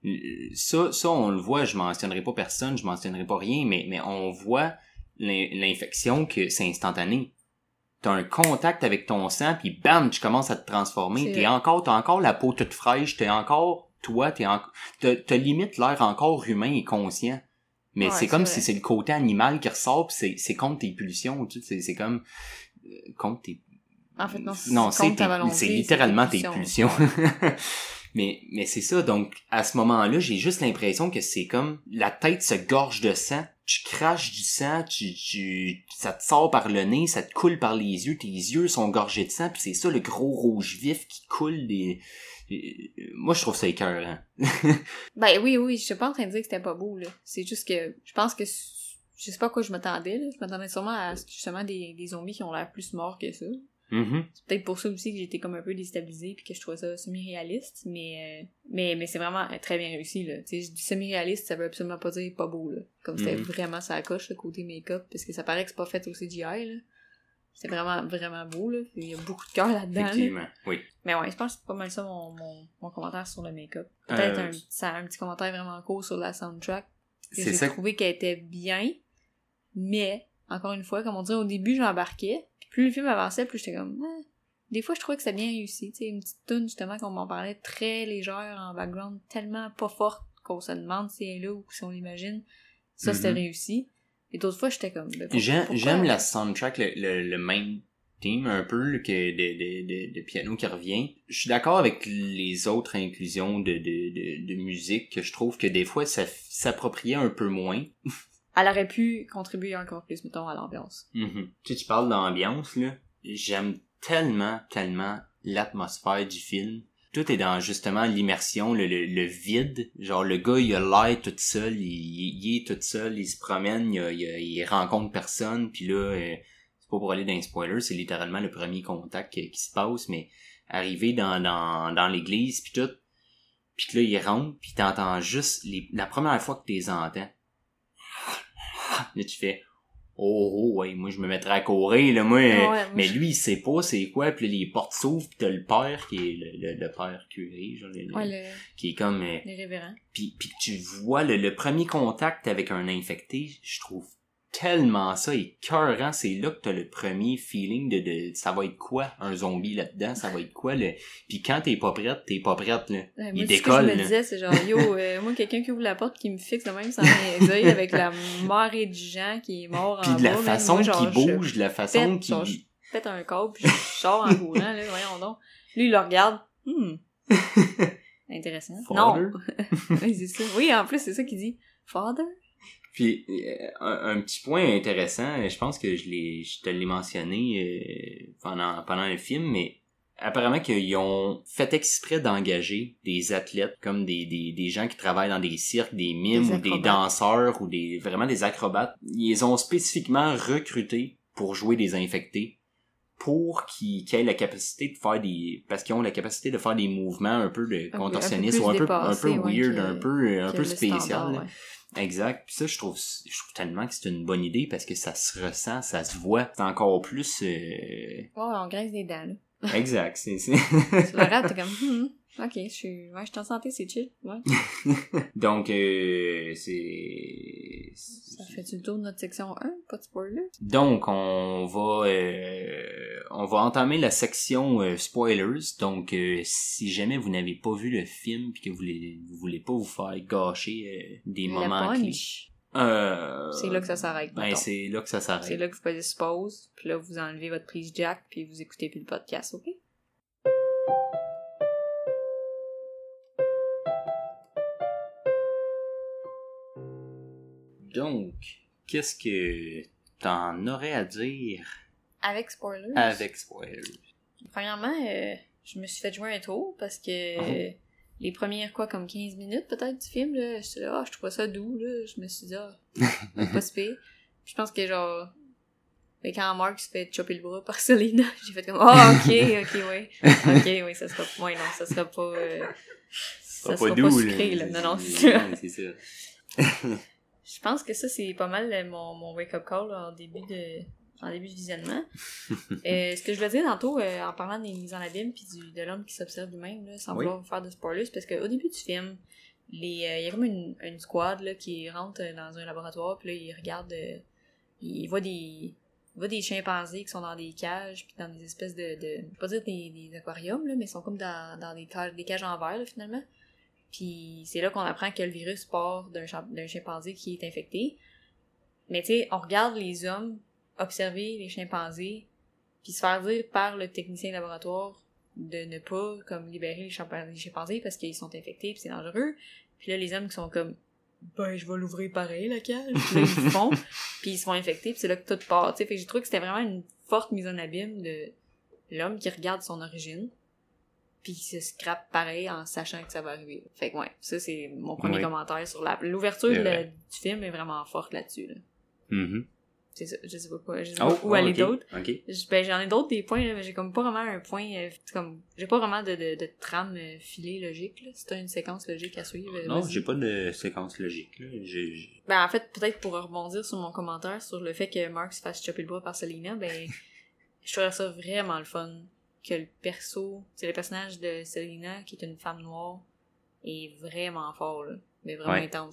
Ça, ça, on le voit. Je mentionnerai pas personne. Je mentionnerai pas rien. Mais, mais on voit l'in- l'infection que c'est instantané. T'as un contact avec ton sang, puis bam, tu commences à te transformer. C'est T'es vrai. encore, t'as encore la peau toute fraîche, t'es encore, toi, t'es en, t'as, t'as limite l'air encore humain et conscient. Mais Ouais, c'est c'est comme vrai. si c'est le côté animal qui ressort, pis c'est, c'est contre tes pulsions, tu sais, c'est, c'est comme, euh, contre tes, En fait, non, c'est non, contre c'est, ta tes- volonté, c'est c'est littéralement tes tes pulsions. pulsions. mais, mais c'est ça, donc, à ce moment-là, j'ai juste l'impression que c'est comme, la tête se gorge de sang, tu craches du sang, tu, tu, ça te sort par le nez, ça te coule par les yeux, tes yeux sont gorgés de sang, puis c'est ça le gros rouge vif qui coule des... Moi, je trouve ça écœurant. Ben oui, oui, je suis pas en train de dire que c'était pas beau, là. C'est juste que je pense que je sais pas à quoi je m'attendais, là. Je m'attendais sûrement à justement des, des zombies qui ont l'air plus morts que ça. Mm-hmm. C'est peut-être pour ça aussi que j'étais comme un peu déstabilisée puis que je trouvais ça semi-réaliste, mais euh, mais mais c'est vraiment très bien réussi, là. Tu sais, je dis semi-réaliste, ça veut absolument pas dire pas beau, là. Comme c'était Mhm. vraiment ça coche, le côté make-up, parce que ça paraît que c'est pas fait au C G I, là. C'est vraiment, vraiment beau, là. Il y a beaucoup de cœur là-dedans, là. Effectivement, oui. Mais ouais, je pense que c'est pas mal ça mon, mon, mon commentaire sur le make-up. Peut-être Euh, un, ça, un petit commentaire vraiment court sur la soundtrack. C'est J'ai ça. trouvé qu'elle était bien, mais, encore une fois, comme on dirait, au début, j'embarquais, puis plus le film avançait, plus j'étais comme... Ah. Des fois, je trouvais que c'était bien réussi, tu sais, une petite toune, justement, comme on m'en parlait, très légère en background, tellement pas forte qu'on se demande si elle est là ou si on l'imagine. Ça, c'était Mm-hmm. réussi. Et d'autres fois, j'étais comme... Ben, pour, J'aime, pourquoi? j'aime la soundtrack, le, le, le main theme un peu là, que de, de, de, de piano qui revient. Je suis d'accord avec les autres inclusions de, de, de, de musique que je trouve que des fois ça s'appropriait un peu moins. Elle aurait pu contribuer encore plus, mettons, à l'ambiance. Mm-hmm. Tu sais, tu parles d'ambiance, là. J'aime tellement, tellement l'atmosphère du film. Tout est dans, justement, l'immersion, le, le, le vide. Genre, le gars, il a l'air tout seul, il, il, il est tout seul, il se promène, il, il, il rencontre personne, puis là, euh, c'est pas pour aller dans les spoilers, c'est littéralement le premier contact qui, qui se passe, mais arriver dans, dans, dans l'église, puis tout, puis que là, il rentre, puis t'entends juste, les, la première fois que tu les entends, là, tu fais... Oh, oh, ouais, moi, je me mettrais à courir, là, moi. Ah ouais, mais moi, lui, il sait pas c'est quoi, puis là, les portes s'ouvrent, pis t'as le père, qui est le, le, le père curé, genre, le, Ouais, le, qui est comme... Euh, les révérends. puis, puis que tu vois le, le premier contact avec un infecté, je trouve tellement ça écœurant. C'est là que t'as le premier feeling de, de ça va être quoi un zombie là-dedans, ça va être quoi le. Puis quand t'es pas prête, t'es pas prête là. Ouais, Il moi, décolle. Ce que je me là. disais, c'est genre yo, euh, moi quelqu'un qui ouvre la porte qui me fixe de même sans mes yeux avec la marée de gens qui est mort Puis en de la bas, façon moi, genre, qu'il bouge, de la façon pète, qu'il. genre, je pète un câble puis je sors en courant là, voyons donc. Lui il le regarde. Hmm. Intéressant. Father? Non. Oui, c'est ça. Oui, en plus c'est ça qu'il dit. Father? Puis euh, un, un petit point intéressant, je pense que je l'ai, je te l'ai mentionné euh, pendant pendant le film, mais apparemment qu'ils ont fait exprès d'engager des athlètes comme des des des gens qui travaillent dans des cirques, des mimes Des ou des acrobates. danseurs ou des vraiment des acrobates. Ils ont spécifiquement recruté pour jouer des infectés pour qu'ils, qu'ils aient la capacité de faire des parce qu'ils ont la capacité de faire des mouvements un peu de Un contorsionnistes peu ou un plus peu dépassé, un peu ouais, weird, que- un peu un que peu le spécial. standard, là. ouais. Exact. Puis ça, je trouve, je trouve tellement que c'est une bonne idée parce que ça se ressent, ça se voit. C'est encore plus... Euh... Ouais, on graisse des dents, là. Exact. C'est, c'est... Tu le regardes, t'es comme, hmm, ok, je suis, ouais, je suis en santé, c'est chill, ouais. Donc, euh, c'est... Ça fait-tu le tour de notre section un? Pas de spoiler? Donc, on va euh, on va entamer la section euh, spoilers. Donc, euh, si jamais vous n'avez pas vu le film puis que vous voulez, vous voulez pas vous faire gâcher euh, des Le moments clés... punch. Euh, C'est là que ça s'arrête, Ben, mettons. c'est là que ça s'arrête. C'est là que vous faites pause, puis là, vous enlevez votre prise jack, puis vous écoutez plus le podcast, ok? Donc, qu'est-ce que t'en aurais à dire Avec spoilers. avec spoilers? Premièrement, euh, je me suis fait jouer un tour, parce que Oh. euh, les premières, quoi, comme quinze minutes, peut-être, du film, là, j'étais là, ah, je trouvais ça doux, là, je me suis dit, ah, pas si pire. Puis je pense que, genre, ben, quand Mark se fait chopper le bras par Selena, j'ai fait comme, ah, ok, ok, ouais. Ok, oui, ça sera, ouais, non, ça sera pas, euh, ça Pas sera doux, pas sucré, là. Non, non, c'est ça. Ouais, c'est ça. Je pense que ça, c'est pas mal euh, mon, mon wake-up call là, en début de en début de visionnement. euh, ce que je voulais dire tantôt, euh, en parlant des mises en abîme puis du, de l'homme qui s'observe lui-même, là, sans Oui. vouloir vous faire de spoilers, c'est parce qu'au début du film, il euh, y a comme une, une squad là, qui rentre euh, dans un laboratoire, puis là, ils regardent, euh, ils voient des ils voient des chimpanzés qui sont dans des cages, puis dans des espèces de, de je vais pas dire des, des aquariums, là, mais ils sont comme dans, dans des, cages, des cages en verre, là, finalement. Puis c'est là qu'on apprend que le virus part d'un, champ- d'un chimpanzé qui est infecté. Mais tu sais, on regarde les hommes observer les chimpanzés, puis se faire dire par le technicien de laboratoire de ne pas comme libérer les, chimpa- les chimpanzés parce qu'ils sont infectés puis c'est dangereux. Puis là, les hommes qui sont comme ben, je vais l'ouvrir pareil, la cage. Puis là, ils le font, puis ils se font infecter, puis c'est là que tout part. Tu sais, fait que j'ai trouvé que c'était vraiment une forte mise en abîme de l'homme qui regarde son origine, puis qui se scrape pareil en sachant que ça va arriver. Fait que ouais, ça c'est mon premier Oui. commentaire sur la... L'ouverture C'est de la- vrai. du film est vraiment forte là-dessus, là. Mhm. C'est ça, je sais pas quoi, je sais Oh, pas où oh, aller ok, d'autre. ok. Je- Ben, j'en ai d'autres des points, là, mais j'ai comme pas vraiment un point, euh, c'est comme, j'ai pas vraiment de, de, de trame euh, filée logique, là. C'est une séquence logique à suivre. euh, Non, vas-y. j'ai pas de séquence logique, là. J'ai, j'ai- Ben, en fait, peut-être pour rebondir sur mon commentaire sur le fait que Mark se fasse chopper le bras par Selena, ben, je trouve ça vraiment le fun que le perso, c'est le personnage de Selena, qui est une femme noire, est vraiment fort, là. Mais vraiment Ouais. intense, là.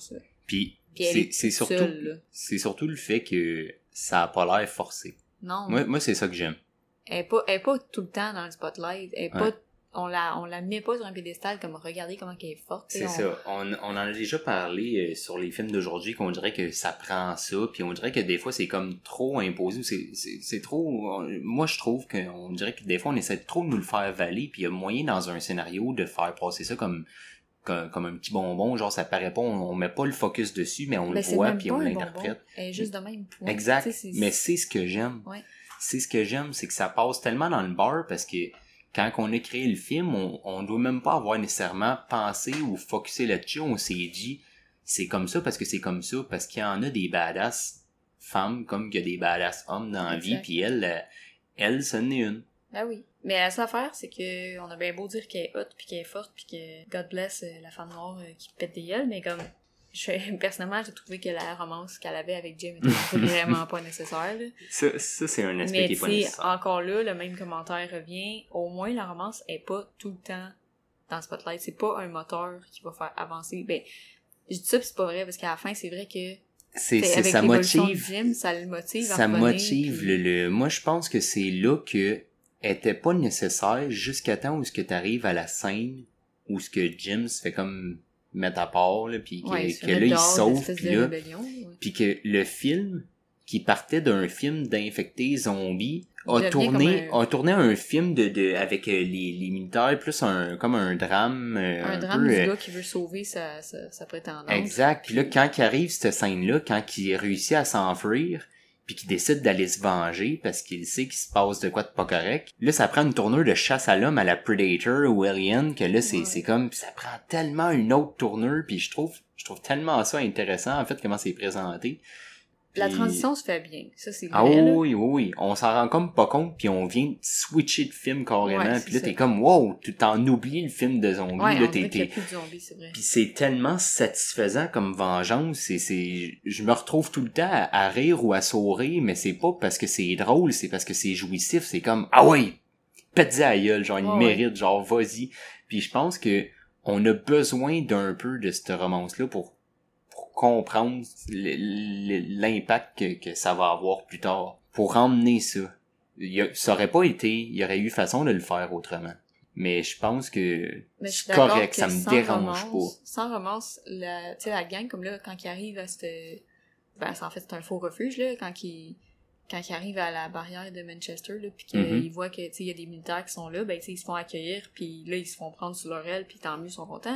Puis, Puis elle c'est, est c'est toute surtout, seule, là. c'est surtout le fait que ça a pas l'air forcé. Non. Moi, moi, c'est ça que j'aime. Elle est pas, elle est pas tout le temps dans le spotlight. Elle est Ouais. pas, on la, on la met pas sur un piédestal comme regardez comment elle est forte. C'est on... ça. On, on en a déjà parlé euh, sur les films d'aujourd'hui qu'on dirait que ça prend ça, puis on dirait que des fois c'est comme trop imposé. C'est, c'est, c'est trop. On, moi je trouve qu'on dirait que des fois on essaie trop de nous le faire valer, puis il y a moyen dans un scénario de faire passer ça comme comme, comme un petit bonbon, genre ça paraît pas, on, on met pas le focus dessus, mais on Ben, le c'est voit même puis pas on un l'interprète. bonbon. Elle est juste de même point. Exact. Tu sais, c'est- Mais c'est ce que j'aime. Ouais. C'est ce que j'aime, c'est que ça passe tellement dans le beurre parce que quand on a créé le film, on, on doit même pas avoir nécessairement pensé ou focusé là-dessus. On s'est dit, c'est comme ça parce que c'est comme ça, parce qu'il y en a des badass femmes comme qu'il y a des badass hommes dans la vie, Exact. puis elle, euh, elle, ce n'est une. Ben oui. Mais la seule affaire, c'est que on a bien beau dire qu'elle est hot puis qu'elle est forte puis que God bless euh, la femme noire euh, qui pète des gueules, mais comme je, personnellement, j'ai trouvé que la romance qu'elle avait avec Jim était vraiment pas nécessaire. Là. Ça, ça c'est un aspect Mais qui est tu pas sais, nécessaire. encore là, le même commentaire revient. Au moins, la romance est pas tout le temps dans le spotlight. C'est pas un moteur qui va faire avancer. Ben, je dis ça pis c'est pas vrai parce qu'à la fin, c'est vrai que C'est, t'sais, c'est, avec ça l'évolution motive. de Jim, ça le motive à Ça revenir, motive puis- le, le... Moi, je pense que c'est là que était pas nécessaire jusqu'à temps où ce que t'arrives à la scène où ce que Jim se fait comme mettre à part, là, pis que, Ouais, se que mettre là, il dehors sauve, d'espèce pis de là, rébellion, ouais. pis que le film, qui partait d'un film d'infectés zombies, a Devient tourné, comme un- a tourné un film de, de, avec euh, les, les militaires, plus un, comme un drame, euh, Un, un, drame peu, du euh, gars qui veut sauver sa, sa, sa prétendante. exact. Puis là, quand il arrive cette scène-là, quand il réussit à s'enfuir, puis qu'il décide d'aller se venger parce qu'il sait qu'il se passe de quoi de pas correct, là, ça prend une tournure de chasse à l'homme à la Predator ou Alien, que là, c'est, Ouais. c'est comme, ça prend tellement une autre tournure, puis je trouve, je trouve tellement ça intéressant, en fait, comment c'est présenté. La Puis- transition se fait bien. Ça, c'est vrai. Ah oui, là. oui, oui, oui. On s'en rend comme pas compte, puis on vient de switcher de film carrément, Ouais, puis là, c'est t'es ça. comme, wow, tu t'en oublies le film de zombies, Ouais, là, on t'es, dirait qu'il y a t'es, plus de zombies, c'est vrai. puis c'est tellement satisfaisant comme vengeance, c'est, c'est, je me retrouve tout le temps à, à rire ou à sourire, mais c'est pas parce que c'est drôle, c'est parce que c'est jouissif, c'est comme, ah ouais, pète-y à la gueule, genre, il Ouais, mérite, genre, vas-y. Puis je pense que on a besoin d'un peu de cette romance-là pour, pour comprendre l- l- l'impact que, que ça va avoir plus tard, pour emmener ça. Il y a, ça aurait pas été, il y aurait eu façon de le faire autrement. Mais je pense que Mais je suis c'est d'accord correct, que ça me sans dérange romance, Sans romance, la, tu sais, la gang, comme là, quand ils arrivent à cette... Ben, c'est- en fait, c'est un faux refuge, là, quand ils, quand ils arrivent à la barrière de Manchester, là, pis qu'ils Mhm. voient que, tu sais, il y a des militaires qui sont là, ben, tu sais, ils se font accueillir, puis là, ils se font prendre sous leur aile, puis tant mieux, ils sont contents.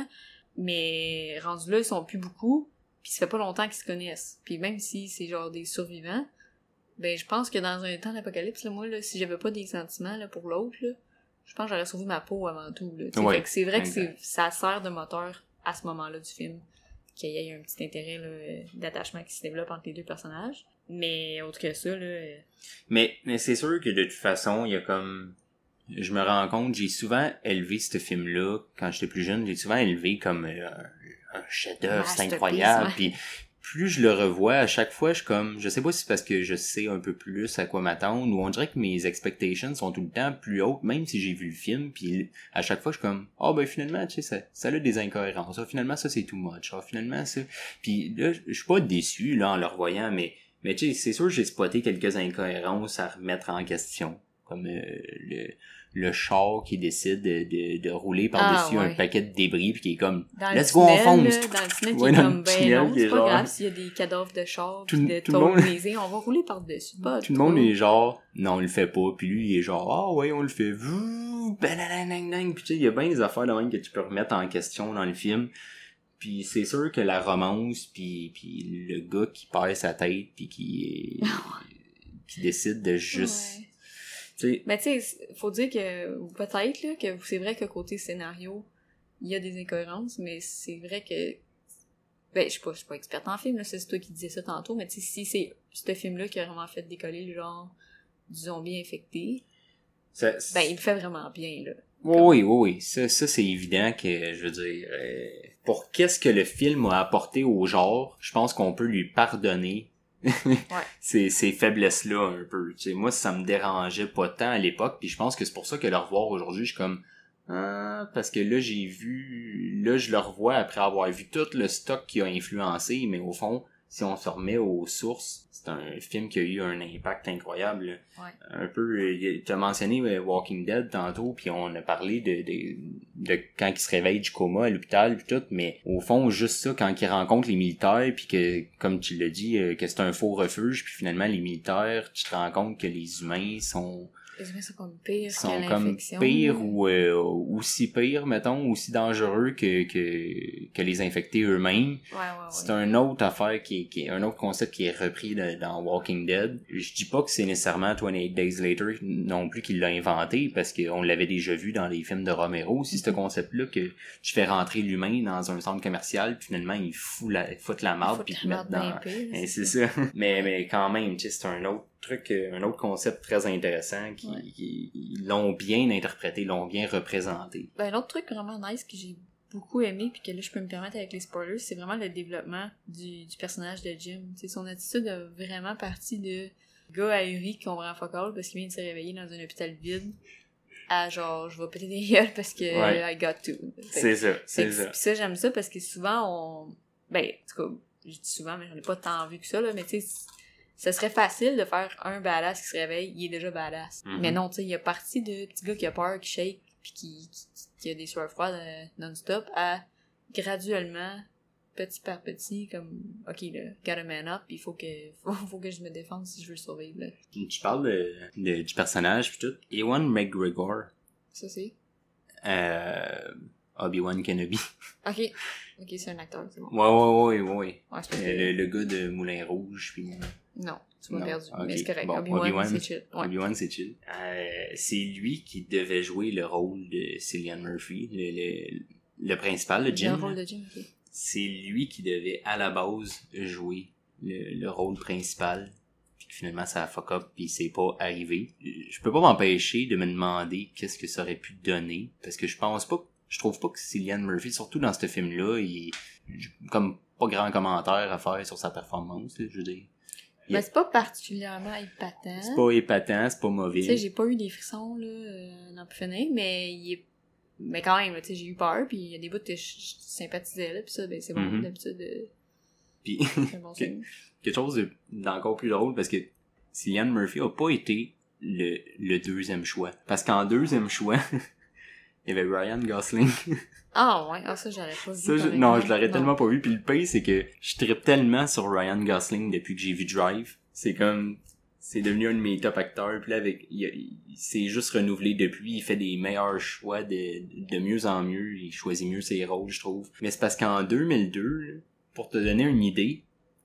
Mais, rendus là, ils sont plus beaucoup, puis ça fait pas longtemps qu'ils se connaissent. Puis même si c'est genre des survivants, ben, je pense que dans un temps d'apocalypse, là, moi, là, si j'avais pas des sentiments, là, pour l'autre, là, je pense que j'aurais sauvé ma peau avant tout, là. Tu sais, Ouais, fait que c'est vrai que exact. c'est, ça sert de moteur à ce moment-là du film. Qu'il y ait un petit intérêt, là, d'attachement qui se développe entre les deux personnages. Mais, autre que ça, là, euh, Mais, mais c'est sûr que de toute façon, il y a comme... Je me rends compte, j'ai souvent élevé ce film-là, quand j'étais plus jeune, j'ai souvent élevé comme euh, un, un chef-d'œuvre, c'est Masterpiece, incroyable. ouais. Puis plus je le revois, à chaque fois, je suis comme... Je sais pas si c'est parce que je sais un peu plus à quoi m'attendre, ou on dirait que mes expectations sont tout le temps plus hautes, même si j'ai vu le film, puis à chaque fois, je suis comme... Ah, oh, ben finalement, tu sais, ça, ça a des incohérences. Ah, finalement, ça, c'est too much. Ah, finalement, ça... Puis là, je suis pas déçu, là, en le revoyant, mais... Mais tu sais, c'est sûr que j'ai spoté quelques incohérences à remettre en question. Comme euh, le, le char qui décide de, de, de rouler par-dessus Ah, un ouais. paquet de débris pis qui est comme dans let's le go, on tunnel, fonce! là, dans le tunnel qui Ouais, est dans comme le ben tunnel long, qui est c'est pas genre- grave s'il y a des cadavres de chars Tout- pis de tout le tôles monde- brisées, on va rouler par-dessus, pas Tout le monde est genre non, on le fait pas, puis lui il est genre ah ouais, on le fait. Vouh, bananang, puis tu sais, il y a bien des affaires de même que tu peux remettre en question dans le film. Puis c'est sûr que la romance, puis puis le gars qui perd sa tête puis qui est qui décide de juste Ouais. tu sais, Mais tu sais, faut dire que, ou peut-être, là, que c'est vrai que côté scénario, il y a des incohérences, mais c'est vrai que, ben, je suis pas, je suis pas experte en film, là, c'est toi qui disais ça tantôt, mais tu sais, si c'est ce film-là qui a vraiment fait décoller le genre du zombie infecté, ça, ben, il le fait vraiment bien, là. oui, oui, oui, ça, ça c'est évident que, je veux dire, euh, pour qu'est-ce que le film a apporté au genre, je pense qu'on peut lui pardonner ces, ces faiblesses-là un peu. Tu sais, moi, ça me dérangeait pas tant à l'époque, puis je pense que c'est pour ça que le revoir aujourd'hui, je suis comme, Ah, parce que là, j'ai vu... Là, je le revois après avoir vu tout le stock qui a influencé, mais au fond, si on se remet aux sources, c'est un film qui a eu un impact incroyable. Là. Ouais. Un peu... Tu as mentionné euh, Walking Dead tantôt, puis on a parlé de, de, de quand il se réveille du coma à l'hôpital, puis tout, mais au fond, juste ça, quand il rencontre les militaires, puis que, comme tu l'as dit, euh, que c'est un faux refuge, puis finalement, les militaires, tu te rends compte que les humains sont... Les humains sont comme pires sont que comme l'infection. pires ou euh, aussi pires, mettons, aussi dangereux que, que, que les infectés eux-mêmes. Ouais, ouais, ouais. C'est une autre affaire qui est, qui est un autre concept qui est repris de, dans Walking Dead. Je dis pas que c'est nécessairement vingt-huit Days Later non plus qu'il l'a inventé, parce qu'on l'avait déjà vu dans les films de Romero aussi, mm-hmm. ce concept-là que tu fais rentrer l'humain dans un centre commercial, puis finalement il fout la, fout la marde, puis il met dans... Et c'est ça. mais, mais quand même, tu sais, c'est un autre truc, un autre concept très intéressant qui, ouais. qui ils l'ont bien interprété, l'ont bien représenté. Ben, l'autre truc vraiment nice que j'ai beaucoup aimé puis que là je peux me permettre avec les spoilers, c'est vraiment le développement du, du personnage de Jim. T'sais, son attitude a vraiment parti de gars ahuri qui ont vraiment fuck all parce qu'il vient de se réveiller dans un hôpital vide à genre je vais péter des gueules parce que ouais. I got to. Fait, c'est ça, c'est ça. Pis ça j'aime ça parce que souvent on ben en tout cas je dis souvent mais j'en ai pas tant vu que ça là, mais tu sais ça serait facile de faire un badass qui se réveille, il est déjà badass. Mm-hmm. Mais non, tu sais, il y a parti de petit gars qui a peur, qui shake, puis qui, qui, qui a des sueurs froides euh, non-stop, à graduellement, petit par petit, comme, ok, là, gotta man up, il faut que, faut, faut que je me défende si je veux survivre, là. Tu parles de, de, du personnage, pis tout. Ewan McGregor. Ça, c'est? Euh... Obi-Wan Kenobi. Ok. Ok, c'est un acteur, c'est bon. Ouais, ouais, ouais, ouais. ouais c'est euh, le, le gars de Moulin Rouge, puis... Non, tu m'as perdu, okay. Mais c'est correct. Bon, Obi-Wan, Obi-Wan, c'est chill. Ouais. Obi-Wan, c'est chill. Euh, c'est lui qui devait jouer le rôle de Cillian Murphy, le, le, le principal, le Jim. Le rôle de Jim, ok. C'est lui qui devait, à la base, jouer le, le rôle principal. Puis finalement, ça a fuck up, puis c'est pas arrivé. Je peux pas m'empêcher de me demander qu'est-ce que ça aurait pu donner, parce que je pense pas, je trouve pas que Cillian Murphy, surtout dans ce film-là, il est comme pas grand commentaire à faire sur sa performance, je veux dire. Mais c'est pas particulièrement épatant. C'est pas épatant, c'est pas mauvais. Tu sais, j'ai pas eu des frissons, là, euh, dans finir, mais il est... Mais quand même, tu sais, j'ai eu peur, pis il y a des bouts que je, je sympathisais, là, pis ça, ben, c'est bon, mm-hmm. d'habitude, euh... Pis, c'est bon signe. Quelque chose d'encore plus drôle, parce que Cillian Murphy a pas été le, le deuxième choix. Parce qu'en deuxième choix, il y avait Ryan Gosling. Ah ouais, ah ça j'aurais pas vu. Ça, je, non, je l'aurais tellement pas vu. Puis le pire, c'est que je trippe tellement sur Ryan Gosling depuis que j'ai vu Drive. C'est comme, c'est devenu un de mes top acteurs. Puis là, avec, il, il s'est juste renouvelé depuis. Il fait des meilleurs choix de, de mieux en mieux. Il choisit mieux ses rôles, je trouve. Mais c'est parce qu'en deux mille deux, pour te donner une idée,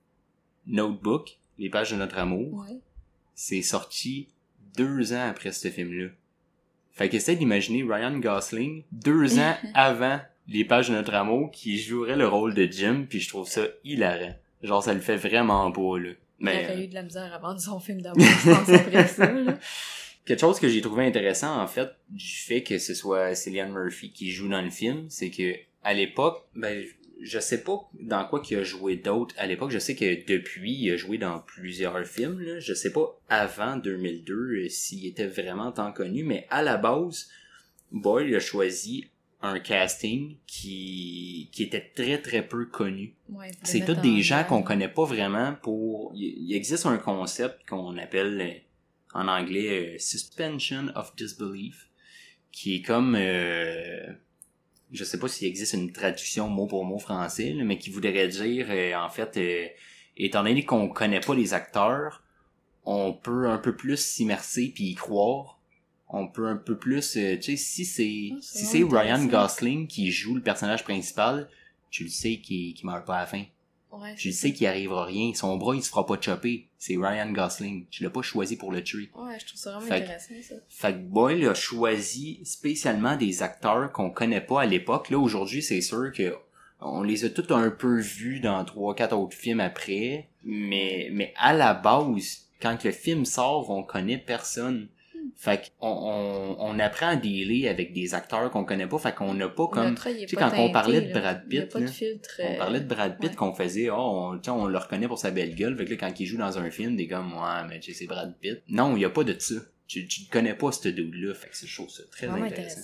Notebook, Les pages de notre amour, ouais. c'est sorti deux ans après ce film-là. Fait qu'essaie d'imaginer Ryan Gosling deux ans avant Les pages de notre amour qui jouerait le rôle de Jim, puis je trouve ça hilarant. Genre, ça le fait vraiment pas, là. Mais, il aurait eu de la misère à vendre son film d'amour, je pense, après ça, là. Quelque chose que j'ai trouvé intéressant, en fait, du fait que ce soit Cillian Murphy qui joue dans le film, c'est que, à l'époque, ben, je sais pas dans quoi qu'il a joué d'autre à l'époque. Je sais que depuis, il a joué dans plusieurs films, là. Je sais pas avant deux mille deux euh, s'il était vraiment tant connu, mais à la base, Boyle a choisi un casting qui qui était très très peu connu. Ouais, c'est tous des gens qu'on connaît pas vraiment pour... Il, il existe un concept qu'on appelle en anglais euh, suspension of disbelief, qui est comme... Euh, je sais pas s'il existe une traduction mot pour mot français, là, mais qui voudrait dire, euh, en fait, euh, étant donné qu'on connaît pas les acteurs, on peut un peu plus s'immerser puis y croire. On peut un peu plus, euh, tu sais, si c'est, oh, c'est si c'est Ryan Gosling qui joue le personnage principal, tu le sais qu'il, qu'il meurt pas à la fin. Ouais, tu le sais qu'il arrivera rien. Son bras, il se fera pas chopper. C'est Ryan Gosling. Tu l'as pas choisi pour le tuer. Ouais, je trouve ça vraiment fait, intéressant, ça. Fait que Boyle a choisi spécialement des acteurs qu'on connaît pas à l'époque. Là, aujourd'hui, c'est sûr que on les a tous un peu vus dans trois, quatre autres films après. Mais, mais à la base, quand le film sort, on connaît personne. Fait qu'on on, on apprend à dealer avec des acteurs qu'on connaît pas, fait qu'on n'a pas comme... Tu sais, quand on parlait de Brad Pitt, là, filtre, on parlait de Brad Pitt ouais. qu'on faisait, oh, on, on le reconnaît pour sa belle gueule, fait que là, quand il joue dans un film, des gars, ouais, mais tu sais, c'est Brad Pitt. Non, il y a pas de ça. Tu, tu ne connais pas ce dude-là, fait que je trouve ça très vraiment intéressant. intéressant ouais.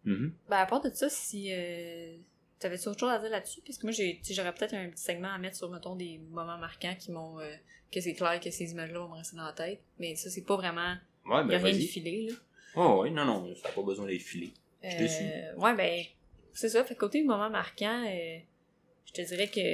Mm-hmm. Ben, à part de ça, si euh, t'avais-tu autre chose à dire là-dessus? Parce que moi, j'ai, j'aurais peut-être un petit segment à mettre sur, mettons, des moments marquants qui m'ont... Euh, que c'est clair que ces images-là vont me rester dans la tête. Mais ça, c'est pas vraiment... Ouais, ben y a rien de vas-y. filé, là. Oh, oui, non, non, ça n'a pas besoin d'être filé. Je te Euh, suis. ouais, ben, c'est ça. Fait que côté moment marquant, euh, je te dirais que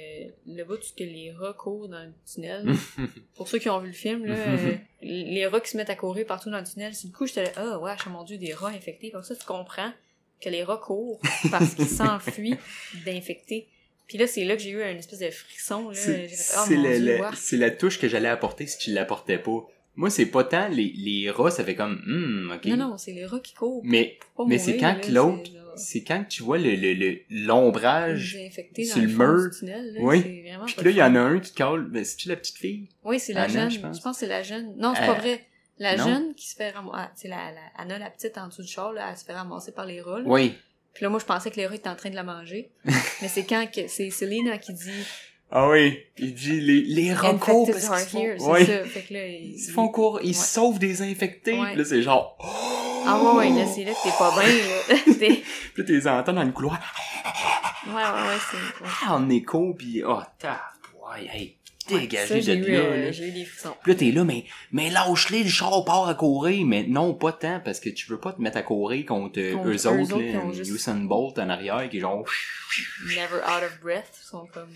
le bout où que les rats courent dans le tunnel, pour ceux qui ont vu le film, là, euh, les rats qui se mettent à courir partout dans le tunnel, sur le coup, j'étais là, ah, oh, ouais, mon Dieu, des rats infectés. Comme ça, tu comprends que les rats courent parce qu'ils s'enfuient d'infectés. Puis là, c'est là que j'ai eu une espèce de frisson, là. C'est, J'ai fait, oh, c'est, mon la, Dieu, la, ouais. c'est la touche que j'allais apporter si tu l'apportais pas. Moi, c'est pas tant les, les rats, ça fait comme, hum, ok. Non, non, c'est les rats qui courent. Mais, Pas mais mourir, c'est quand là, que l'autre, c'est genre- c'est quand que tu vois le, le, le, l'ombrage infectés sur dans le le fond mur. du tunnel, là. Oui. C'est vraiment Puis pas là, il y en a fun. un qui cale, ben, c'est-tu la petite fille? Oui, c'est la Anna, jeune. je Je pense. pense. que c'est la jeune. Non, c'est Euh, pas vrai. La non? jeune qui se fait ramasser. Ah, c'est la, la, Anna, la petite en dessous du char, là, elle se fait ramasser par les rats. là. Oui. Puis là, moi, je pensais que les rats étaient en train de la manger. Mais c'est quand que c'est Selena qui dit Ah oui. Il dit, les, les rats courent Infected parce are qu'ils se here. font, C'est ouais. ça. Fait que là, ils, Ils se font courir, ils ouais. sauvent des infectés. Ouais. Puis là, c'est genre, oh! Ah ouais, ouais, là, c'est là que t'es pas bien, là. T'es- Puis là, tu les entends dans le couloir. ouais, ouais, ouais, c'est... Ouais. Ah, en écho, pis oh, taf, ouais, hey, dégagez Ça, j'ai de eu, là, euh, là. j'ai eu des frissons. Puis là, t'es là, mais, mais lâche-les, le char part à courir. Mais non, pas tant, parce que tu veux pas te mettre à courir contre, euh, Contre eux eux autres, autres qui là, ont juste- Usain Bolt en arrière, qui est genre... Never out of breath. Ils sont comme...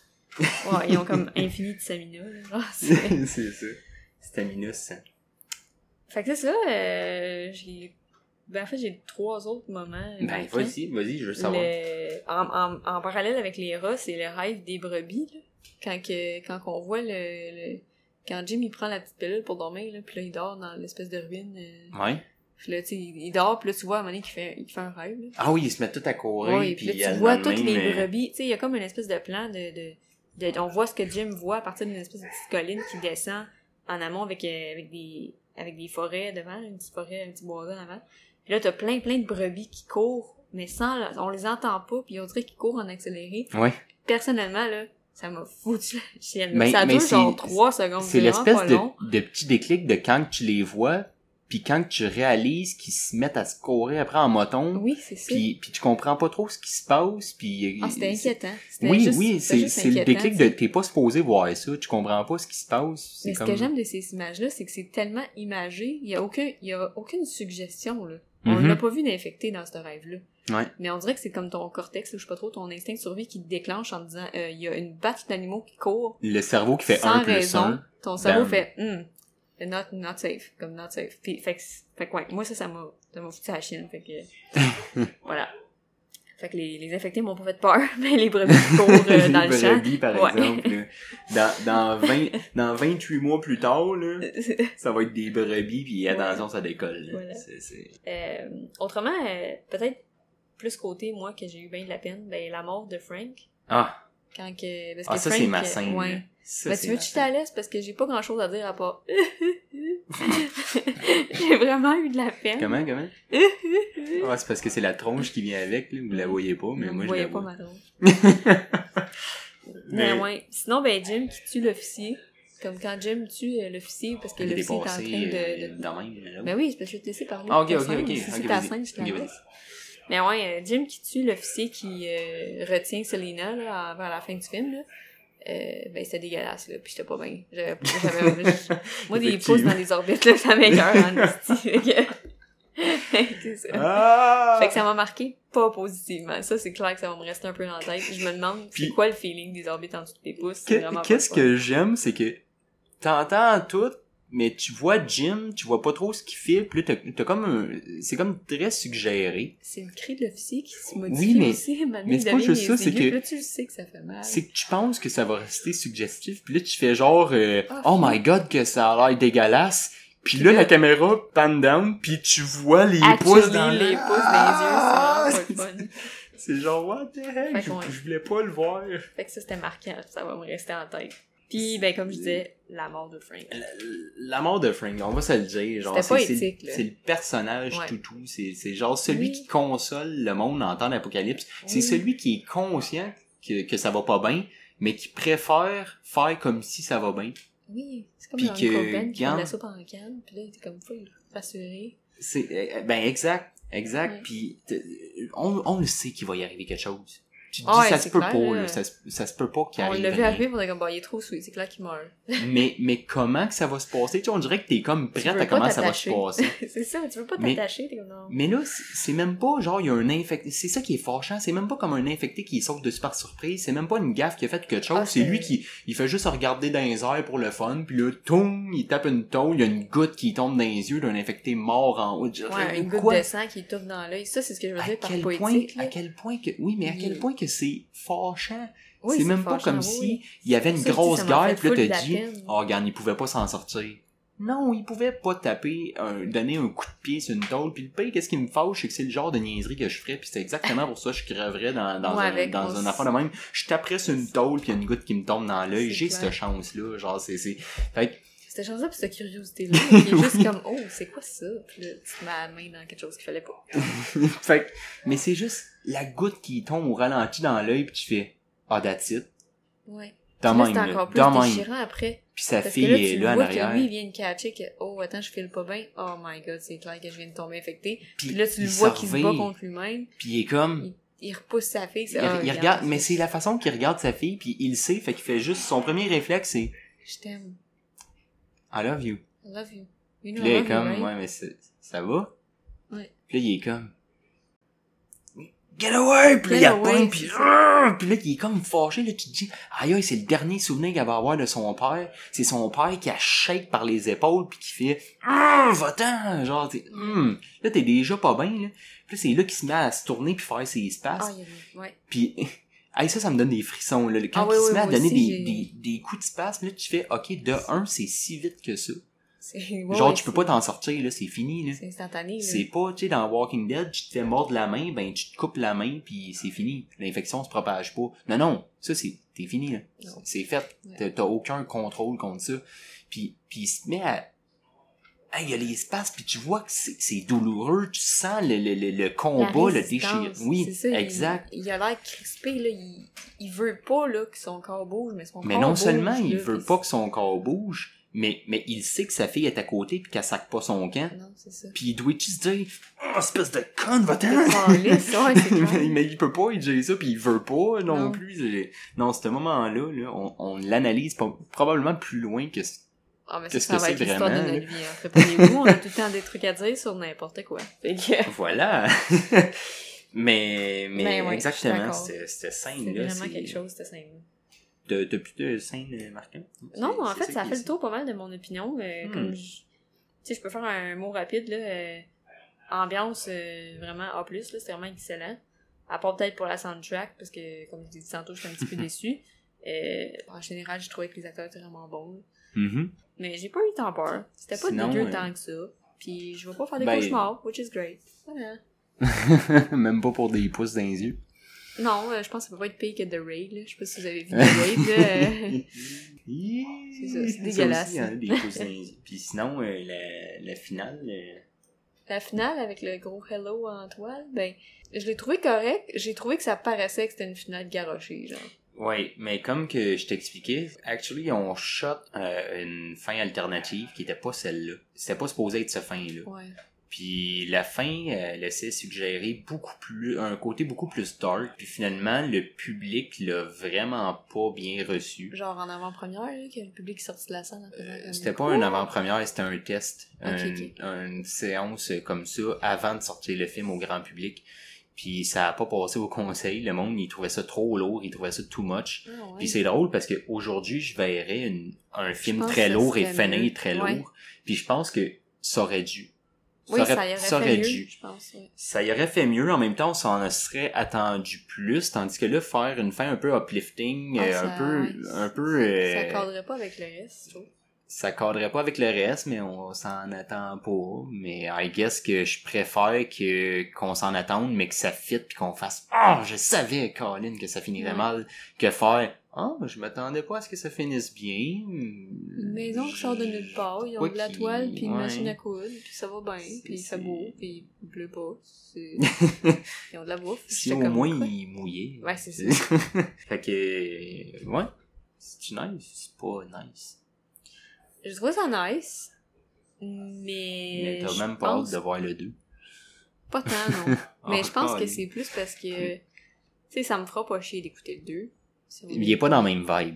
Ouais, ils ont comme infini de stamina, là. Genre, c'est... c'est ça. Stamina, ça. Fait que c'est ça, euh, j'ai... Ben, en fait, j'ai trois autres moments. Ben, marquants. vas-y, vas-y, je veux savoir. Le... En, en, en parallèle avec les rats, c'est le rêve des brebis, là. Quand, que, quand on voit le, le... Quand Jim, il prend la petite pilule pour dormir, là, puis là, il dort dans l'espèce de ruine. Euh... Ouais. Puis là, tu sais, il il dort, puis là, tu vois, à un moment donné, qu'il fait, il fait un rêve, là. Ah oui, ils se mettent tout à courir, Ouais, puis puis il y là, a tu le vois lendemain, toutes les mais- brebis. Tu sais, il y a comme une espèce de plan de, de, de... On voit ce que Jim voit à partir d'une espèce de petite colline qui descend en amont avec, euh, avec des avec des forêts devant, une petite forêt, un petit bois en avant. Puis là, t'as plein, plein de brebis qui courent, mais sans... On les entend pas, puis on dirait qu'ils courent en accéléré. Ouais. Personnellement, là, ça m'a foutu la chienne. Mais- ça mais dure c'est- genre trois secondes. C'est vraiment l'espèce pas de, long. de petit déclic de quand tu les vois, puis quand tu réalises qu'ils se mettent à se courir après en moton, Oui, c'est ça. puis, puis tu comprends pas trop ce qui se passe, puis... Ah, c'était c'est- inquiétant. C'était Oui, juste- oui, c'était c'est, juste c'est le inquiétant, déclic tu de sais. t'es pas supposé voir ça, tu comprends pas ce qui se passe. C'est Mais comme... ce que j'aime de ces images-là, c'est que c'est tellement imagé, il y a aucun, il y a aucune suggestion, là. On Mhm. l'a pas vu d'infecté dans ce rêve-là. Ouais. Mais on dirait que c'est comme ton cortex, ou je sais pas trop, ton instinct de survie qui te déclenche en te disant, euh, il y a une batch d'animaux qui courent. Le cerveau qui fait sans un plus raison. un. Ton cerveau bam. fait, hmm, not, not safe, comme not safe. Puis, fait que, fait que ouais, moi ça, ça m'a, ça m'a foutu à la chienne, fait que, voilà. Fait que les, les infectés m'ont pas fait peur, mais les brebis qui courent euh, dans Les le champ. brebis, par Ouais. exemple, là. dans, dans vingt, dans vingt-huit mois plus tard, là, ça va être des brebis, puis attention, ça décolle, là. Voilà. C'est, c'est... Euh, autrement, euh, peut-être plus côté, moi, que j'ai eu bien de la peine, ben, la mort de Frank. Ah! Quand que, parce Ah, que ça, Frank, c'est ma euh, scène, ouais. là. Ça, Ben, c'est tu veux ma que je scène. te laisse parce que j'ai pas grand chose à dire à part. J'ai vraiment eu de la peine. Comment, comment? Ah, c'est parce que c'est la tronche qui vient avec, là. Vous la voyez pas, mais Non, moi, vous je la voyez pas vois. ma tronche. Mais- Mais ouais. Sinon, ben, Jim qui tue l'officier. Comme quand Jim tue euh, l'officier parce que Il est l'officier est en train dépassé, de... euh, de... dans même, là. Ben oui, c'est parce que je vais te laisser parler. Ah, ok, de ta ok, scène. ok. Si c'est Ok, ta vas-y. scène, je te la Ok, vas-y. laisse. Mais ouais, euh, Jim qui tue l'officier qui euh, retient Selena là, vers la fin du film, là. Euh, ben c'était dégueulasse, là, pis j'étais pas bien. J'avais, j'avais, je- moi, des pouces Effectivement. dans les orbites, là, ça m'écoeure, en esti. Fait que- c'est ça. Ah! Fait que ça m'a marqué pas positivement. Ça, c'est clair que ça va me rester un peu dans la tête. Je me demande, c'est Puis- quoi le feeling des orbites en dessous de tes pouces? C'est Que- vraiment pas Qu'est-ce le fun. que j'aime, c'est que t'entends tout, mais tu vois Jim, tu vois pas trop ce qu'il fait, pis là, t'as, t'as comme un... C'est comme très suggéré. C'est le cri de l'officier qui se modifie Oui, mais- aussi. Maintenant, mais il c'est pas devient juste ça, des c'est aigus, que- puis là, tu le sais que ça fait mal. C'est que tu penses que ça va rester suggestif, puis là, tu fais genre euh, Ah, oh fou. my god, que ça a l'air dégueulasse. Puis Puis là, là- la caméra pan down, puis tu vois les Actually, pouces dans les l'air. pouces dans les yeux, c'est Ah! vraiment pas le fun. C'est genre, what the heck? Fait Je, qu'on- je voulais pas le voir. Fait que ça, c'était marquant. Ça va me rester en tête. Puis, ben, comme je disais, la mort de Frank. La, la mort de Frank, on va se le dire. Genre, C'était c'est, c'est, poétique, là. c'est le personnage Ouais. toutou. C'est, c'est genre celui Oui. qui console le monde en temps d'apocalypse. C'est Oui. celui qui est conscient que, que ça va pas bien, mais qui préfère faire comme si ça va bien. Oui, c'est comme Puis dans que, le Coben qui fait de regarde- la soupe en canne, puis là, il était comme full rassuré. C'est, euh, ben, exact. Exact, Ouais. puis t- on, on le sait qu'il va y arriver quelque chose. Tu te dis, Ah ouais, ça c'est se peut clair, pas, là. là, ça, se- ça se peut pas qu'il On arrive l'a vu rien. arriver, on est comme, bon, il est trop sweet, c'est clair qu'il meurt. mais, mais comment que ça va se passer? Tu sais, on dirait que t'es comme Tu prête veux à pas comment ça va se t'attacher. passer. C'est ça, tu veux pas Mais- t'attacher, t'es comme non. Mais là, c'est c'est même pas genre, il y a un infecté. C'est ça qui est fâchant. C'est même pas comme un infecté qui saute dessus par surprise. C'est même pas une gaffe qui a fait quelque chose. Ah, c'est c'est- lui qui il fait juste regarder dans les airs pour le fun. Puis là, toum, il tape une tôle. Il y a une goutte qui tombe dans les yeux d'un infecté mort en haut. Je- Ouais, une goutte quoi? de sang qui tombe dans l'œil. Ça, c'est ce que je veux À dire par quel point, poétique, à là. quel point que, oui, mais à Il- quel point que c'est fâchant. Oui, c'est même pas fâchant, comme oui, si oui. il y avait une Ça, je dis, grosse ça m'a guerre, fait puis là, full t'as de dit, la peine. oh, regarde, il pouvait pas s'en sortir. Non, il pouvait pas taper, un, donner un coup de pied sur une tôle, puis le pire, qu'est-ce qui me fâche, c'est que c'est le genre de niaiserie que je ferais, puis c'est exactement pour ça que je crèverais dans, dans Moi, un, avec, dans moi un aussi. affaire de même. Je taperais sur une tôle, puis il y a une goutte qui me tombe dans l'œil. C'est J'ai clair. cette chance-là, genre, c'est, c'est, fait que, Cette chance-là pis cette curiosité-là, qui est juste Oui. comme, oh, c'est quoi ça? Pis là, tu te mets la main dans quelque chose qu'il fallait pas. fait que, mais c'est juste la goutte qui tombe au ralenti dans l'œil, puis tu fais, ah, that's it. Ouais. De Puis là, même, c'est là, encore de plus même. déchirant après. Puis sa Parce fille que là, est tu là en vois arrière. que lui, il vient de catcher que, oh, attends, je file pas bien. Oh my god, c'est clair que je viens de tomber infecté. Puis Puis là, tu le il vois se qu'il se revient. bat contre lui-même. Puis il est comme, Il, il repousse sa fille. il, C'est, ah, il regarde, mais c'est la façon qu'il regarde sa fille, puis il le sait, fait qu'il fait juste, son premier réflexe, c'est, Je t'aime. I love you. I love you. You know Puis là, il I est love you, comme, right? ouais, mais c'est- ça va? Ouais. Puis là, il est comme, get away! Puis là, Get il away, appogne, puis c'est ah! Puis là, il est comme fâché, là, tu te dis, aïe, aïe, c'est le dernier souvenir qu'elle va avoir de son père. C'est son père qui a shake par les épaules, puis qui fait, ah, va-t'en! Genre, t'es, hum. Là, t'es déjà pas bien, là. Puis là, c'est là qu'il se met à se tourner puis faire ses espaces. Ah, il y a des- ouais. Puis, hey, ça, ça me donne des frissons, là. Quand Ah oui, il se oui, met à moi donner aussi, des, j'ai- des, des coups de space, là, tu fais, ok, de un, c'est si vite que ça. C'est, ouais, Genre, ouais, tu peux c'est- pas t'en sortir, là, c'est fini, là. C'est instantané, là. C'est pas, tu sais, dans Walking Dead, tu te fais mordre la main, ben, tu te coupes la main, puis c'est fini. L'infection se propage pas. Non, non, ça, c'est, t'es fini, là. Non. C'est fait. Ouais. T'as, t'as aucun contrôle contre ça. Puis, puis il se met à... Hey, il y a l'espace, puis tu vois que c'est, c'est douloureux, tu sens le, le, le, le La combat, le résistance, déchir. Oui, c'est ça, il- exact. Il, a l'air crispé, là. Il, il veut pas, là, que son corps bouge, mais son Mais corps non bouge, seulement il là, veut puis pas que son corps bouge, mais, mais il sait que sa fille est à côté puis qu'elle sac pas son camp. Non, c'est ça. Puis il doit-tu se dire, oh, espèce de conne, va-t'en! Calisse, ouais, c'est clair. mais il peut pas, il dit ça, puis il veut pas non, Non. plus. C'est- Non, ce moment-là, là, on, on l'analyse pas- probablement plus loin que... ce- Ah, mais ça, Qu'est-ce ça que va c'est être l'histoire de vraiment, notre vie, hein. Préparez-vous, on a tout le temps des trucs à dire sur n'importe quoi. Fait que, Voilà! mais, mais Ben ouais, je suis exactement, d'accord. cette, cette c'est scène-là, vraiment c'est... quelque chose, cette scène-là. T'as t'as plus de scènes marquantes? Non, C'est- en c'est fait, ça qui fait est- le tour pas mal de mon opinion. Euh, Hmm. Comme je... Tu sais, je peux faire un mot rapide, là. euh, ambiance euh, vraiment A plus, là. C'était vraiment excellent. À part peut-être pour la soundtrack, parce que, comme je l'ai dit tantôt, j'étais un petit peu déçue. Euh, en général, j'ai trouvé que les acteurs étaient vraiment bons. Mhm. Mais j'ai pas eu tant peur. C'était pas Sinon, dégueu euh, tant que ça. Puis je vais pas faire des Ben- cauchemars, which is great. Voilà. Même pas pour des pouces dans les yeux. Non, euh, je pense que ça peut pas être pire que The Raid, là. Je sais pas si vous avez vu The Raid, là. euh, c'est ça, c'est dégueulasse. Aussi, hein, des pouces dans les yeux. Puis sinon, euh, la, la finale... euh, La finale avec le gros hello en toile, ben, je l'ai trouvé correct. J'ai trouvé que ça paraissait que c'était une finale garochée, genre. Ouais, mais comme que je t'expliquais, actually, on shot euh, une fin alternative qui était pas celle-là. C'était pas supposé être cette fin-là. Ouais. Puis la fin euh, laissait suggérer beaucoup plus un côté beaucoup plus dark. Puis finalement, le public l'a vraiment pas bien reçu. Genre en avant-première, là, que le public est sorti de la salle. en faisant Euh, comme, c'était pas Quoi? une avant-première, c'était un test, Ok, un- ok. une séance comme ça avant de sortir le film au grand public. Puis ça a pas passé au conseil, le monde il trouvait ça trop lourd, il trouvait ça too much. Ah, ouais. Puis c'est drôle parce que aujourd'hui je verrais une, un film pense très que lourd et ça serait fainé, mieux. très Ouais. lourd. Puis je pense que ça aurait dû. Oui, aurait, ça y aurait ça fait aurait mieux, dû. je pense, ouais. Ça y aurait fait mieux, en même temps on s'en serait attendu plus, tandis que là faire une fin un peu uplifting, Ah, euh, ça- un peu, ouais. un peu. euh, Ça cadrerait pas avec le reste, je trouve. ça cadrerait pas avec le reste, mais on s'en attend pas. Mais I guess que je préfère que qu'on s'en attende, mais que ça fit puis qu'on fasse ah, je savais, Colin, que ça finirait Ouais. mal, que faire ah, je m'attendais pas à ce que ça finisse bien. Une maison qui sort de nulle part, ils ont Ouais, de la qui- toile, puis une ouais. machine à coudre, puis ça va bien, puis il C'est- fait beau, puis il pleut pas. C'est... Ils ont de la bouffe. Si J'étais au comme, moins quoi? il mouillait. Ouais, c'est ça. Fait que ouais, c'est nice, c'est pas nice. Je trouve ça nice, mais... Mais t'as je même pas pense... hâte de voir le deux. Pas tant, non. Mais Oh, je pense que God. c'est plus parce que, tu sais, ça me fera pas chier d'écouter le deux. Si on Il est pas dans la même vibe.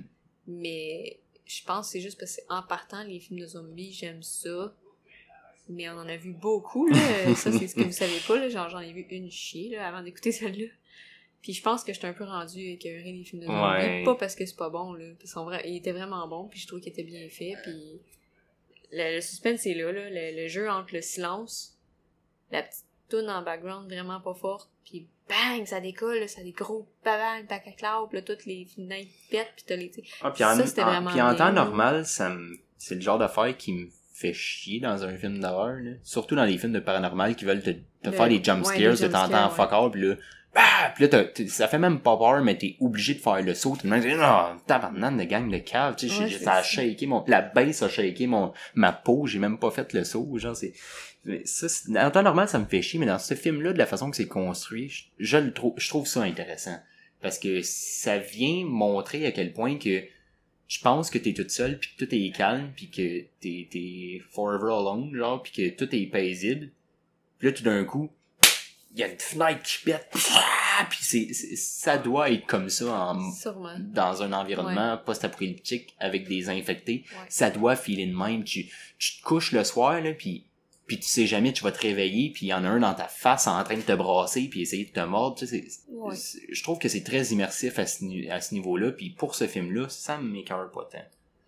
Mais je pense que c'est juste parce qu'en partant, les films de zombies, j'aime ça. Mais on en a vu beaucoup, là. Ça, c'est ce que vous savez pas, là. Genre, j'en ai vu une chier, là, avant d'écouter celle-là. Puis je pense que j'étais un peu rendue écœurée des films de zombies. Ouais. Pas parce que c'est pas bon, là. Parce qu'il vra... était vraiment bon, puis je trouve qu'il était bien fait, puis... Le, le suspense est là, là. Le, le jeu entre le silence, la petite toune en background vraiment pas forte, puis bang, ça décolle, là, ça a des gros bang, tac, tac, tac, puis là, toutes les fenêtres pètent, puis t'as les... Ah, puis en, Ça, c'était en- vraiment puis en bien, temps là. normal, ça me, c'est le genre d'affaire qui me fait chier dans un film d'horreur, là. Surtout dans les films de paranormal qui veulent te, te Le- faire des jump ouais, scares, les de jump t'entends scares, fuck all, pis là, bah! Pis là, t'as- t'as- ça fait même pas peur, mais t'es obligé de faire le saut. T'es même, oh, tabarnane de gang de cave, tu sais, Ouais, j'ai- c'est ça a ça. shaké mon, la base a shaké mon, ma peau, j'ai même pas fait le saut, genre, c'est, mais ça, c'est- en temps normal, ça me fait chier, mais dans ce film-là, de la façon que c'est construit, je, je le trouve, je trouve ça intéressant. Parce que ça vient montrer à quel point que je pense que t'es toute seule, puis que tout est calme, puis que t'es, t'es forever alone, genre, puis que tout est paisible. Puis là, tout d'un coup, il y a une fenêtre qui pète, puis c'est, c'est, ça doit être comme ça en, Sûrement. dans un environnement post-apocalyptique avec des infectés. Ouais. Ça doit filer de même. Tu, tu te couches le soir, là, puis puis tu sais jamais, tu vas te réveiller, puis il y en a un dans ta face en train de te brasser, puis essayer de te mordre. Tu sais, c'est, Ouais. c'est- je trouve que c'est très immersif à ce, ni- à ce niveau-là, puis pour ce film-là, ça me m'écoeure pas tant.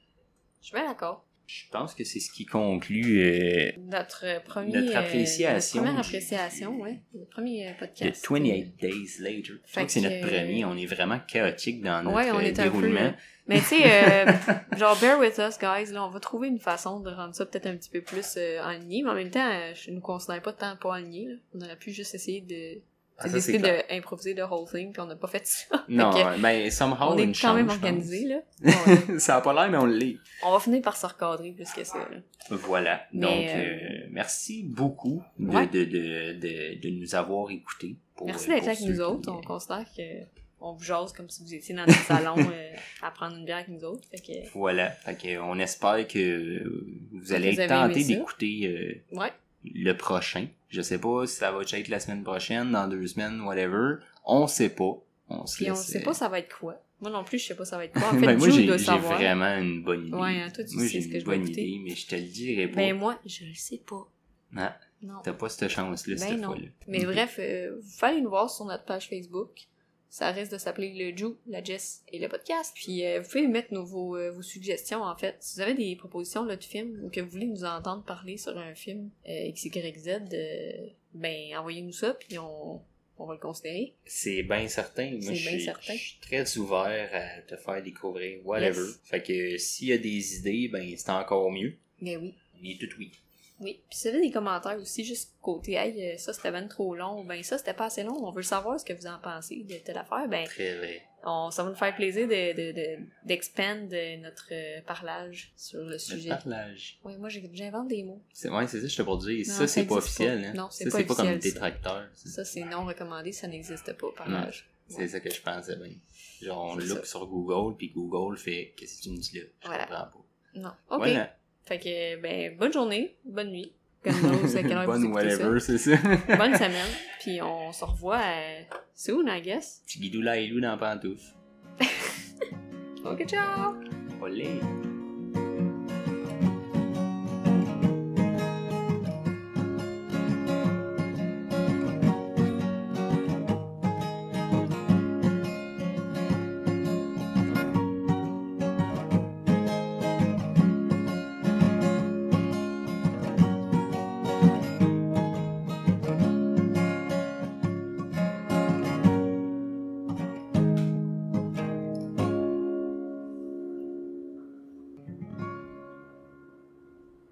Je suis bien d'accord. Je pense que c'est ce qui conclut euh, Notre premier... Notre euh, appréciation notre première du- appréciation, ouais. Le premier euh, de podcast. vingt-huit Days Later. Je Fait crois que c'est que- notre premier. On est vraiment chaotique dans notre Ouais, on euh, est un peu... déroulement. euh, Mais tu sais, euh, genre, bear with us, guys, là, on va trouver une façon de rendre ça peut-être un petit peu plus euh, aligné, mais en même temps, euh, je ne nous considère pas tant pas aligné, là. On aurait pu juste essayer de... Ah, C'est ça, c'est décidé clair. d'improviser le whole thing, puis on n'a pas fait ça. Non, Fait que mais somehow, on est une quand même chance, je organisé, là. pense. Ouais. Ça a pas l'air, mais on l'est. On va finir par se recadrer plus que ça, là. Voilà. Mais, Donc, euh, euh, merci beaucoup de, Ouais. de, de, de, de nous avoir écoutés. Pour, Merci euh, d'être pour là avec ceux nous qui- autres. On considère que on vous jase comme si vous étiez dans notre salon euh, à prendre une bière avec nous autres. Fait que, Voilà. Fait que, on espère que vous allez Vous être avez tentés aimé ça. d'écouter euh, ouais. le prochain. Je sais pas si ça va être la semaine prochaine, dans deux semaines, whatever. On sait pas. On se Puis on laisse, sait euh, pas ça va être quoi. Moi non plus, je sais pas ça va être quoi. En fait, ben, moi, Jude j'ai, doit j'ai savoir. vraiment une bonne idée. Ouais, hein, toi, tu moi, sais j'ai ce que une je vais bonne écouter. idée, mais je te le dirai pas. Ben moi, je le sais pas. Ah, Non. t'as pas cette chance-là, Ben cette non. fois-là. Mais Ok. bref, euh, vous fallait nous voir sur notre page Facebook. Ça risque de s'appeler le Ju, la Jess et le podcast. Puis euh, vous pouvez mettre nos, vos, euh, vos suggestions, en fait. Si vous avez des propositions là, de films ou que vous voulez nous entendre parler sur un film euh, X Y Z, euh, ben envoyez-nous ça, puis on, on va le considérer. C'est bien certain. Moi, C'est je bien suis, certain. je suis très ouvert à te faire découvrir whatever. Yes. Fait que s'il y a des idées, ben c'est encore mieux. Mais oui. On est tout oui. Oui. Puis si vous avez des commentaires aussi, juste côté, hey, euh, ça c'était ben trop long, ou ben ça c'était pas assez long, on veut savoir ce que vous en pensez de telle affaire, ben Très vrai. on, ça va nous faire plaisir de, de, de, d'expand euh, notre euh, parlage sur le Le sujet. parlage. Oui, moi j'ai- j'invente des mots. C'est, ouais, c'est ça, je te pour dire. Non, ça, ça c'est pas existe officiel. pas. Hein? Non, c'est ça, pas c'est pas comme officiel, ça. détracteur. ça. Ça c'est non recommandé, ça n'existe pas, parlage. C'est ça que je pensais bien. Genre, on C'est look ça. sur Google, puis Google fait « Qu'est-ce que tu me dis là? » Je Voilà. comprends pas. Non. Ok. Voilà. Fait que, ben, bonne journée, bonne nuit. Comme nous, à quelle heure vous Bonne écoutez ça. whatever, c'est ça. Bonne semaine. Puis on se revoit euh, soon, I guess. Petit guidou là et loup dans la pantoufle. Ok, ciao! Olé.